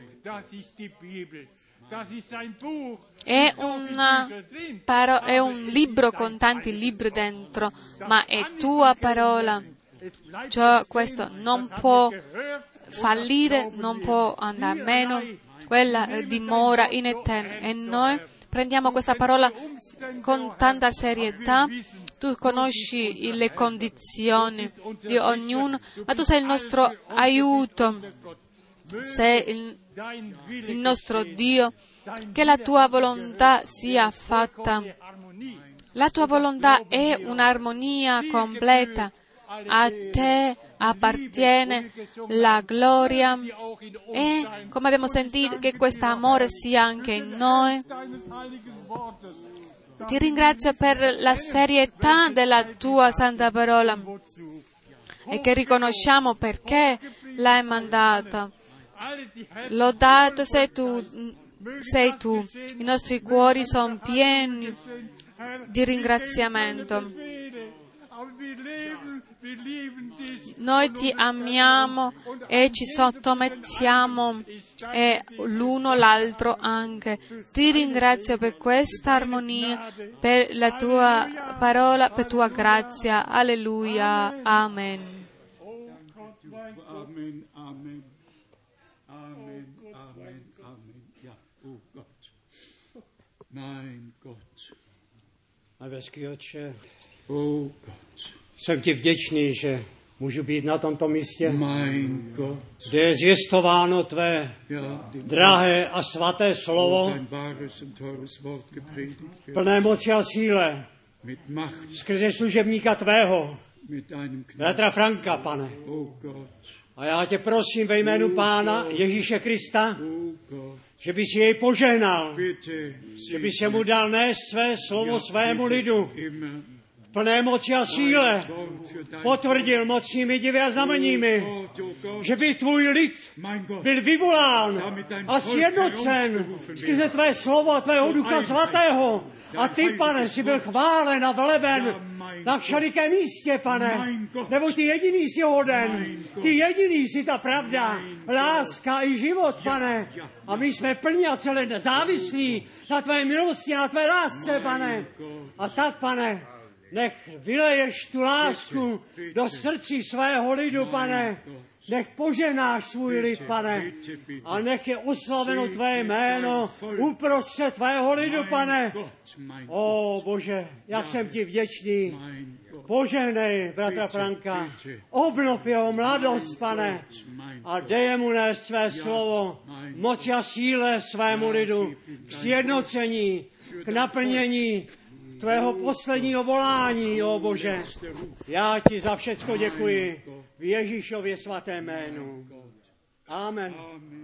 È, una paro- è un libro con tanti libri dentro, ma è tua parola. Cioè, questo non può fallire, non può andare meno, quella dimora in eterno. E noi prendiamo questa parola con tanta serietà. Tu conosci le condizioni di ognuno, ma tu sei il nostro aiuto, sei il il nostro Dio, che la tua volontà sia fatta. La tua volontà è un'armonia completa. A te appartiene la gloria e, come abbiamo sentito, che questo amore sia anche in noi. Ti ringrazio per la serietà della tua santa parola e che riconosciamo perché l'hai mandata. Lodato sei tu, sei tu. I nostri cuori sono pieni di ringraziamento. Noi ti amiamo e ci sottomettiamo e l'uno l'altro anche. Ti ringrazio per questa armonia, per la tua parola, per tua grazia. Alleluia. Amen. Mein Gott. Nebeský Otče, Oh Gott. jsem ti vděčný, že můžu být na tomto místě, Mein Gott. kde je zvěstováno tvé Ja, den drahé a svaté slovo, dein wahres und teures Wort gepredigt wird. plné moci a síle, Mit Macht, skrze služebníka tvého, mit deinem Knecht. bratra Franka, pane. Oh Gott. A já tě prosím ve jménu Pána Ježíše Krista, Oh Gott. že bys jej požehnal, Bitte, že bys se mu dal nést své slovo svému lidu, immer plné moci a síle, potvrdil mocnými divy a znameními, že by tvůj lid mein Gott, byl vyvolán a sjednocen skrze tvé slovo a tvého Ducha Svatého. A ty, pane, jsi byl chválen a veleben na všelikém místě, pane, nebo ty jediný jsi hoden, ty jediný jsi ta pravda, láska i život, pane. A my jsme plní a celé závislí na tvé milosti a na tvé lásce, pane. A tak, pane, Nech vyleješ tu lásku do srdcí svého lidu, Pane. Nech poženáš svůj lid, Pane. A nech je oslaveno tvé jméno uprostřed tvého lidu, Pane. O Bože, jak jsem ti vděčný. Požehnej bratra Franka. Obnov jeho mladost, Pane. A dej mu nést své slovo. Moci a síle svému lidu. K sjednocení, k naplnění tvého posledního volání, o Bože. Já ti za všecko děkuji. V Ježíšově svatém jménu. Amen.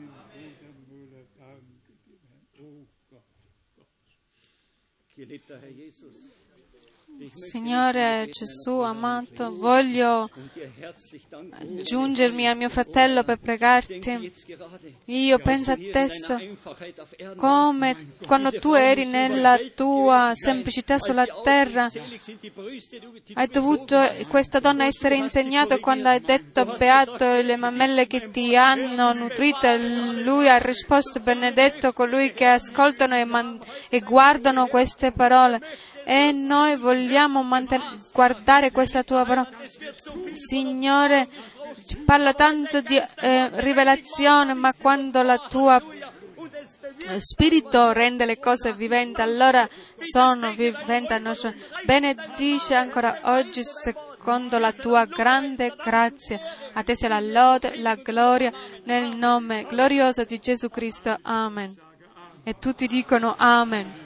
Signore Gesù amato, voglio giungermi al mio fratello per pregarti. Io penso adesso come quando tu eri nella tua semplicità sulla terra, hai dovuto questa donna essere insegnata quando hai detto beato le mammelle che ti hanno nutrito, e lui ha risposto benedetto colui che ascoltano e, man- e guardano queste parole. E noi vogliamo manten- guardare questa tua parola. Signore, ci parla tanto di eh, rivelazione, ma quando la tua eh, spirito rende le cose viventi, allora sono viventi a noi. Benedice ancora oggi secondo la tua grande grazia. A te sia la lode, la gloria, nel nome glorioso di Gesù Cristo. Amen. E tutti dicono Amen.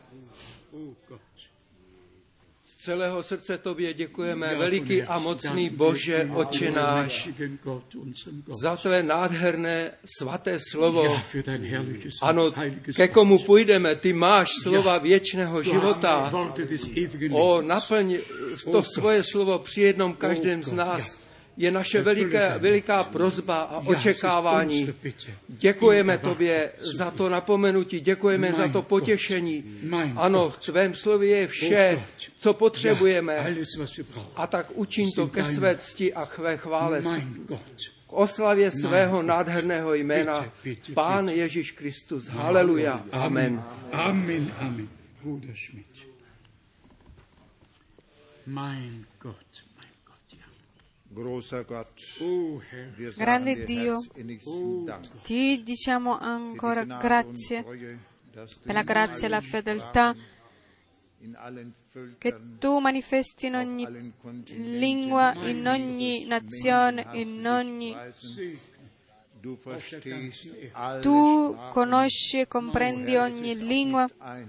Z celého srdce tobě děkujeme, veliký a mocný Bože, Otče náš, za tvé nádherné svaté slovo. Ano, ke komu půjdeme, ty máš slova věčného života. O, naplň to svoje slovo při jednom každém z nás. Je naše veliká, veliká prosba a očekávání. Děkujeme tobě za to napomenutí, děkujeme za to potěšení. Ano, v tvém slově je vše, co potřebujeme. A tak učiň to ke své cti a k chvále. K oslavě svého nádherného jména. Pán Ježíš Kristus. Haleluja. Amen. Amen, amen. Bruder Schmidt. Mein Gott. Grande Dio, ti diciamo ancora grazie per la grazia e la fedeltà che tu manifesti in ogni lingua, in ogni nazione, in ogni... Tu conosci e comprendi ogni lingua.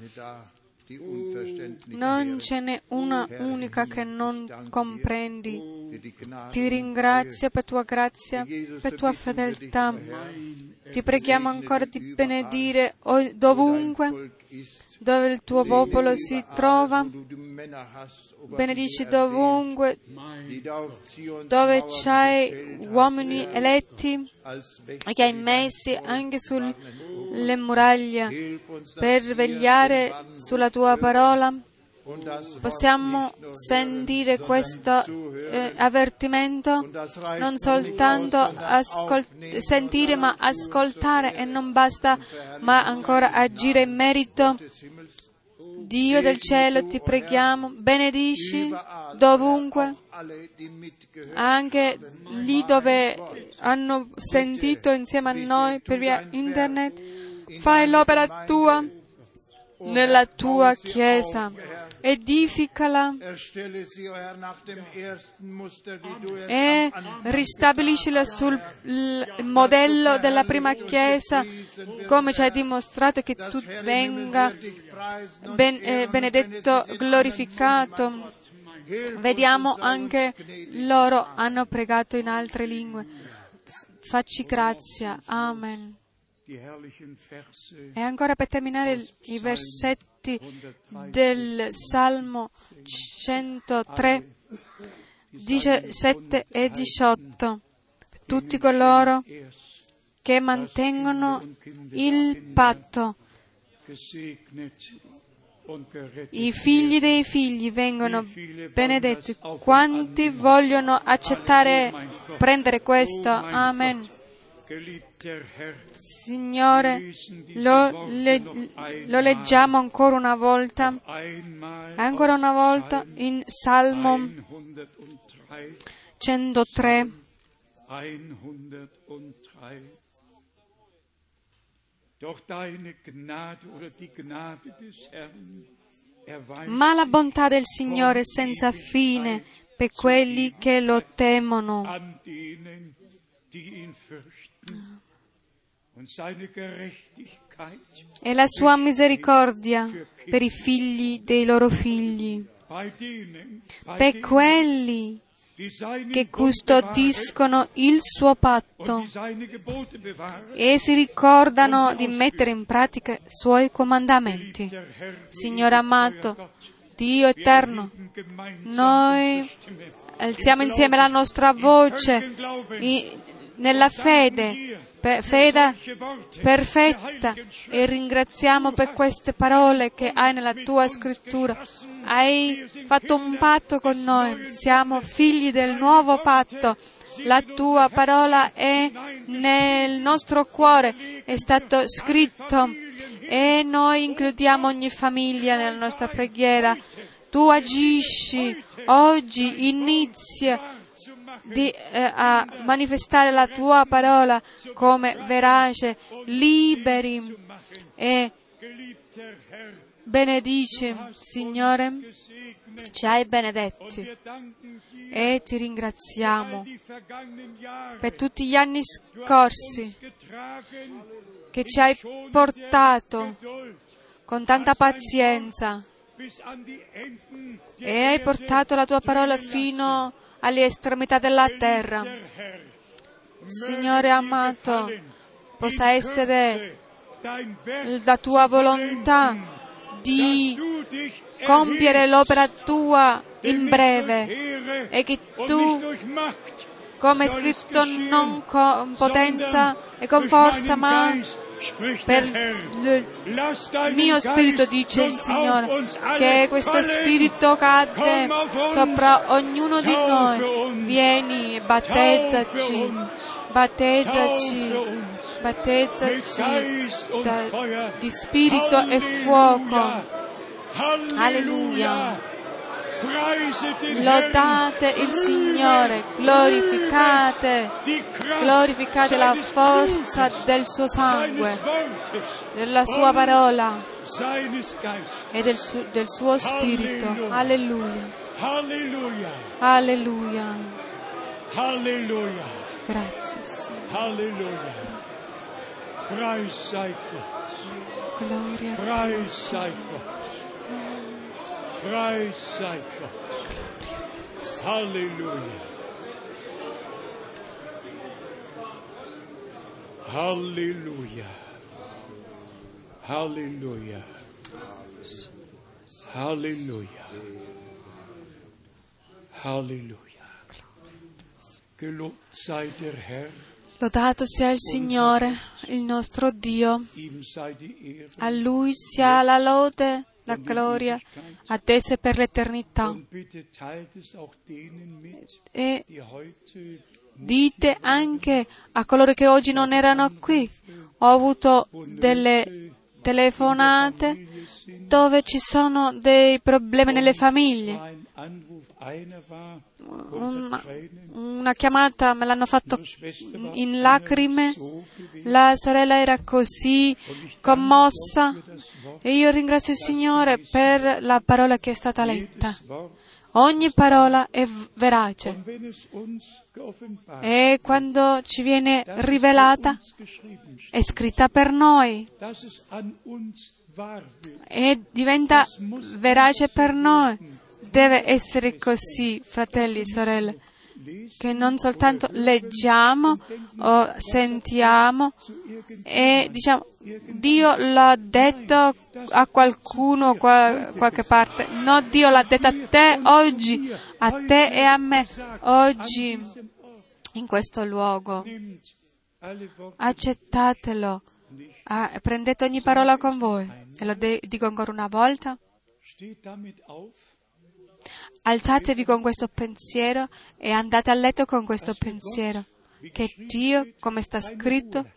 Non ce n'è una unica che non comprendi. Ti ringrazio per tua grazia, per tua fedeltà. Ti preghiamo ancora di benedire dovunque dove il tuo popolo si trova. Benedici dovunque dove c'hai uomini eletti e che hai messi anche sulle muraglie per vegliare sulla tua parola. Possiamo sentire questo eh, avvertimento, non soltanto ascol- sentire ma ascoltare, e non basta ma ancora agire in merito. Dio del cielo, ti preghiamo, benedici dovunque, anche lì dove hanno sentito insieme a noi per via internet. Fai l'opera tua nella tua Chiesa, edificala e ristabiliscila sul modello della prima Chiesa, come ci hai dimostrato, che tu venga ben, eh, benedetto, glorificato. Vediamo anche loro hanno pregato in altre lingue. Facci grazia. Amen. E ancora per terminare i versetti del Salmo centotré, diciassette e diciotto. Tutti coloro che mantengono il patto, i figli dei figli vengono benedetti. Quanti vogliono accettare, prendere questo? Amen. Signore, lo, le, lo leggiamo ancora una volta, ancora una volta in Salmo centotré. Ma la bontà del Signore è senza fine per quelli che lo temono, e la sua misericordia per i figli dei loro figli, per quelli che custodiscono il suo patto e si ricordano di mettere in pratica i suoi comandamenti. Signore amato, Dio eterno, noi alziamo insieme la nostra voce nella fede, per fede perfetta, e ringraziamo per queste parole che hai nella tua scrittura. Hai fatto un patto con noi, siamo figli del nuovo patto. La tua parola è nel nostro cuore, è stato scritto, e noi includiamo ogni famiglia nella nostra preghiera. Tu agisci oggi, inizia Di, eh, a manifestare la tua parola come verace, liberi, e benedici, Signore, ci hai benedetti e ti ringraziamo per tutti gli anni scorsi che ci hai portato con tanta pazienza e hai portato la tua parola fino alle estremità della terra. Signore amato, possa essere la tua volontà di compiere l'opera tua in breve, e che tu, come è scritto, non con potenza e con forza, ma per il mio spirito, dice il Signore, che questo spirito cade sopra ognuno di noi. Vieni, battezzaci, battezzaci, battezzaci da, di spirito e fuoco. Alleluia. Lodate il Signore, glorificate, glorificate la forza del suo sangue, della sua parola e del, su, del suo spirito. Alleluia. Alleluia. Alleluia. Grazie, Signore. Alleluia. Gloria. Preis sei Gott. Preis sei Gott. Halleluja. Halleluja. Halleluja. Halleluja. Halleluja. Gelobt sei der Herr. Lodato sia il Signore, il nostro Dio. A Lui sia la lode, la gloria, attese per l'eternità. E dite anche a coloro che oggi non erano qui. Ho avuto delle telefonate dove ci sono dei problemi nelle famiglie. Una, una chiamata me l'hanno fatto in lacrime, la sorella era così commossa, e io ringrazio il Signore per la parola che è stata letta. Ogni parola è verace, e quando ci viene rivelata è scritta per noi e diventa verace per noi. Deve essere così, fratelli e sorelle, che non soltanto leggiamo o sentiamo e diciamo Dio l'ha detto a qualcuno qual, qualche parte. No, Dio l'ha detto a te oggi, a te e a me oggi, in questo luogo. Accettatelo, ah, prendete ogni parola con voi. E lo de- dico ancora una volta. Alzatevi con questo pensiero e andate a letto con questo pensiero. che Dio, come sta scritto,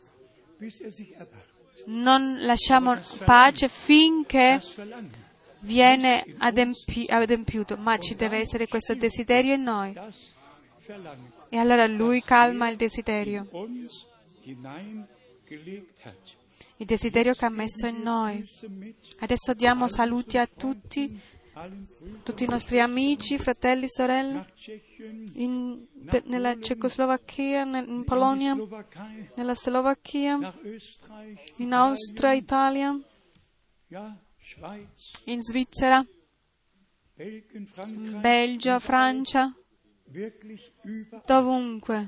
non lasciamo pace finché viene adempi- adempiuto, ma ci deve essere questo desiderio in noi. E allora Lui calma il desiderio, il desiderio che ha messo in noi. Adesso diamo saluti a tutti, tutti i nostri amici, fratelli, sorelle, in, nella Cecoslovacchia, in Polonia, nella Slovacchia, in Austria, Italia, in Svizzera, in Belgio, Francia, dovunque.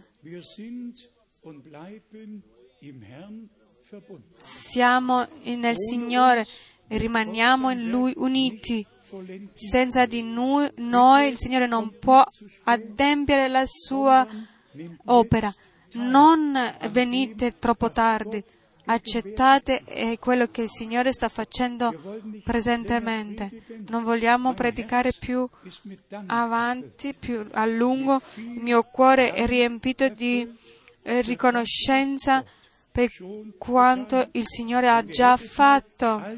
Siamo nel Signore e rimaniamo in Lui uniti. Senza di noi, noi il Signore non può adempiere la sua opera. Non venite troppo tardi. Accettate quello che il Signore sta facendo presentemente. Non vogliamo predicare più avanti, più a lungo. Il mio cuore è riempito di riconoscenza per quanto il Signore ha già fatto.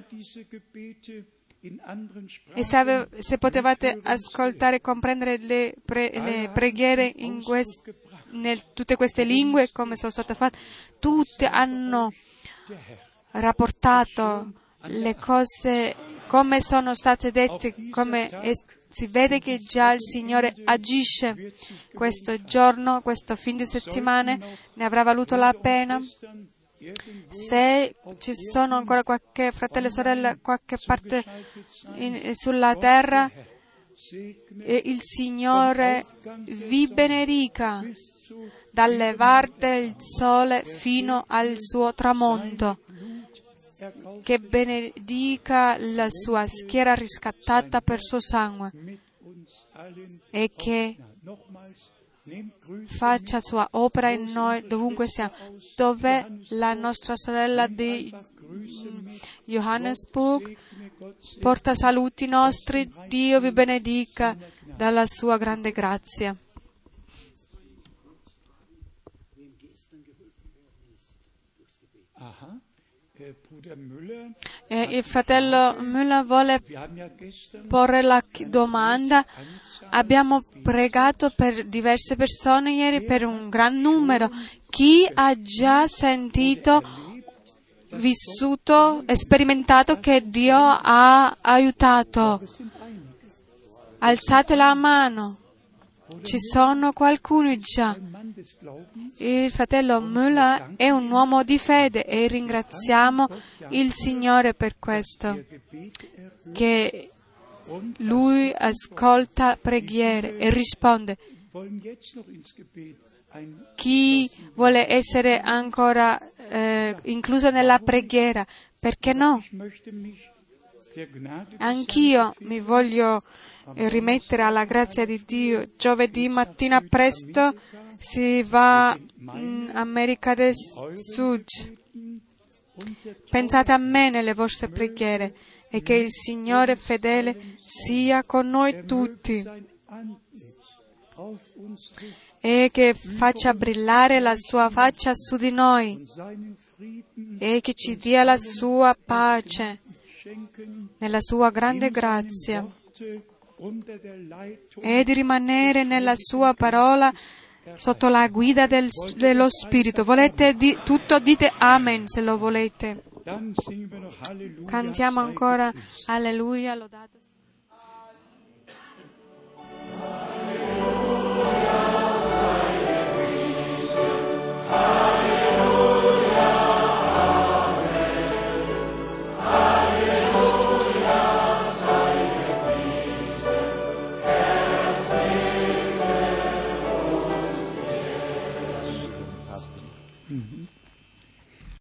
E se, ave, se potevate ascoltare e comprendere le, pre, le preghiere in quest, nel, tutte queste lingue, come sono state fatte, tutte hanno rapportato le cose come sono state dette, come es, si vede che già il Signore agisce. Questo giorno, questo fine di settimana, ne avrà valuto la pena. Se ci sono ancora qualche fratello e sorella, qualche parte in, sulla terra, e il Signore vi benedica dal levar del sole fino al suo tramonto, che benedica la sua schiera riscattata per suo sangue e che faccia sua opera in noi dovunque siamo. Dov'è la nostra sorella di Johannesburg? Porta saluti nostri. Dio vi benedica dalla sua grande grazia. Eh, il fratello Müller vuole porre la domanda. Abbiamo pregato per diverse persone ieri, per un gran numero. Chi ha già sentito, vissuto, sperimentato che Dio ha aiutato? Alzate la mano. Ci sono qualcuno già. Il fratello Müller è un uomo di fede e ringraziamo il Signore per questo, che Lui ascolta preghiere e risponde. Chi vuole essere ancora eh, incluso nella preghiera, perché no? Anch'io mi voglio rimettere alla grazia di Dio. Giovedì mattina presto si va in America del Sud. Pensate a me nelle vostre preghiere e che il Signore fedele sia con noi tutti e che faccia brillare la sua faccia su di noi e che ci dia la sua pace nella sua grande grazia e di rimanere nella sua parola sotto la guida del, dello Spirito. Volete di, tutto? Dite Amen se lo volete. Cantiamo ancora Alleluia, lodato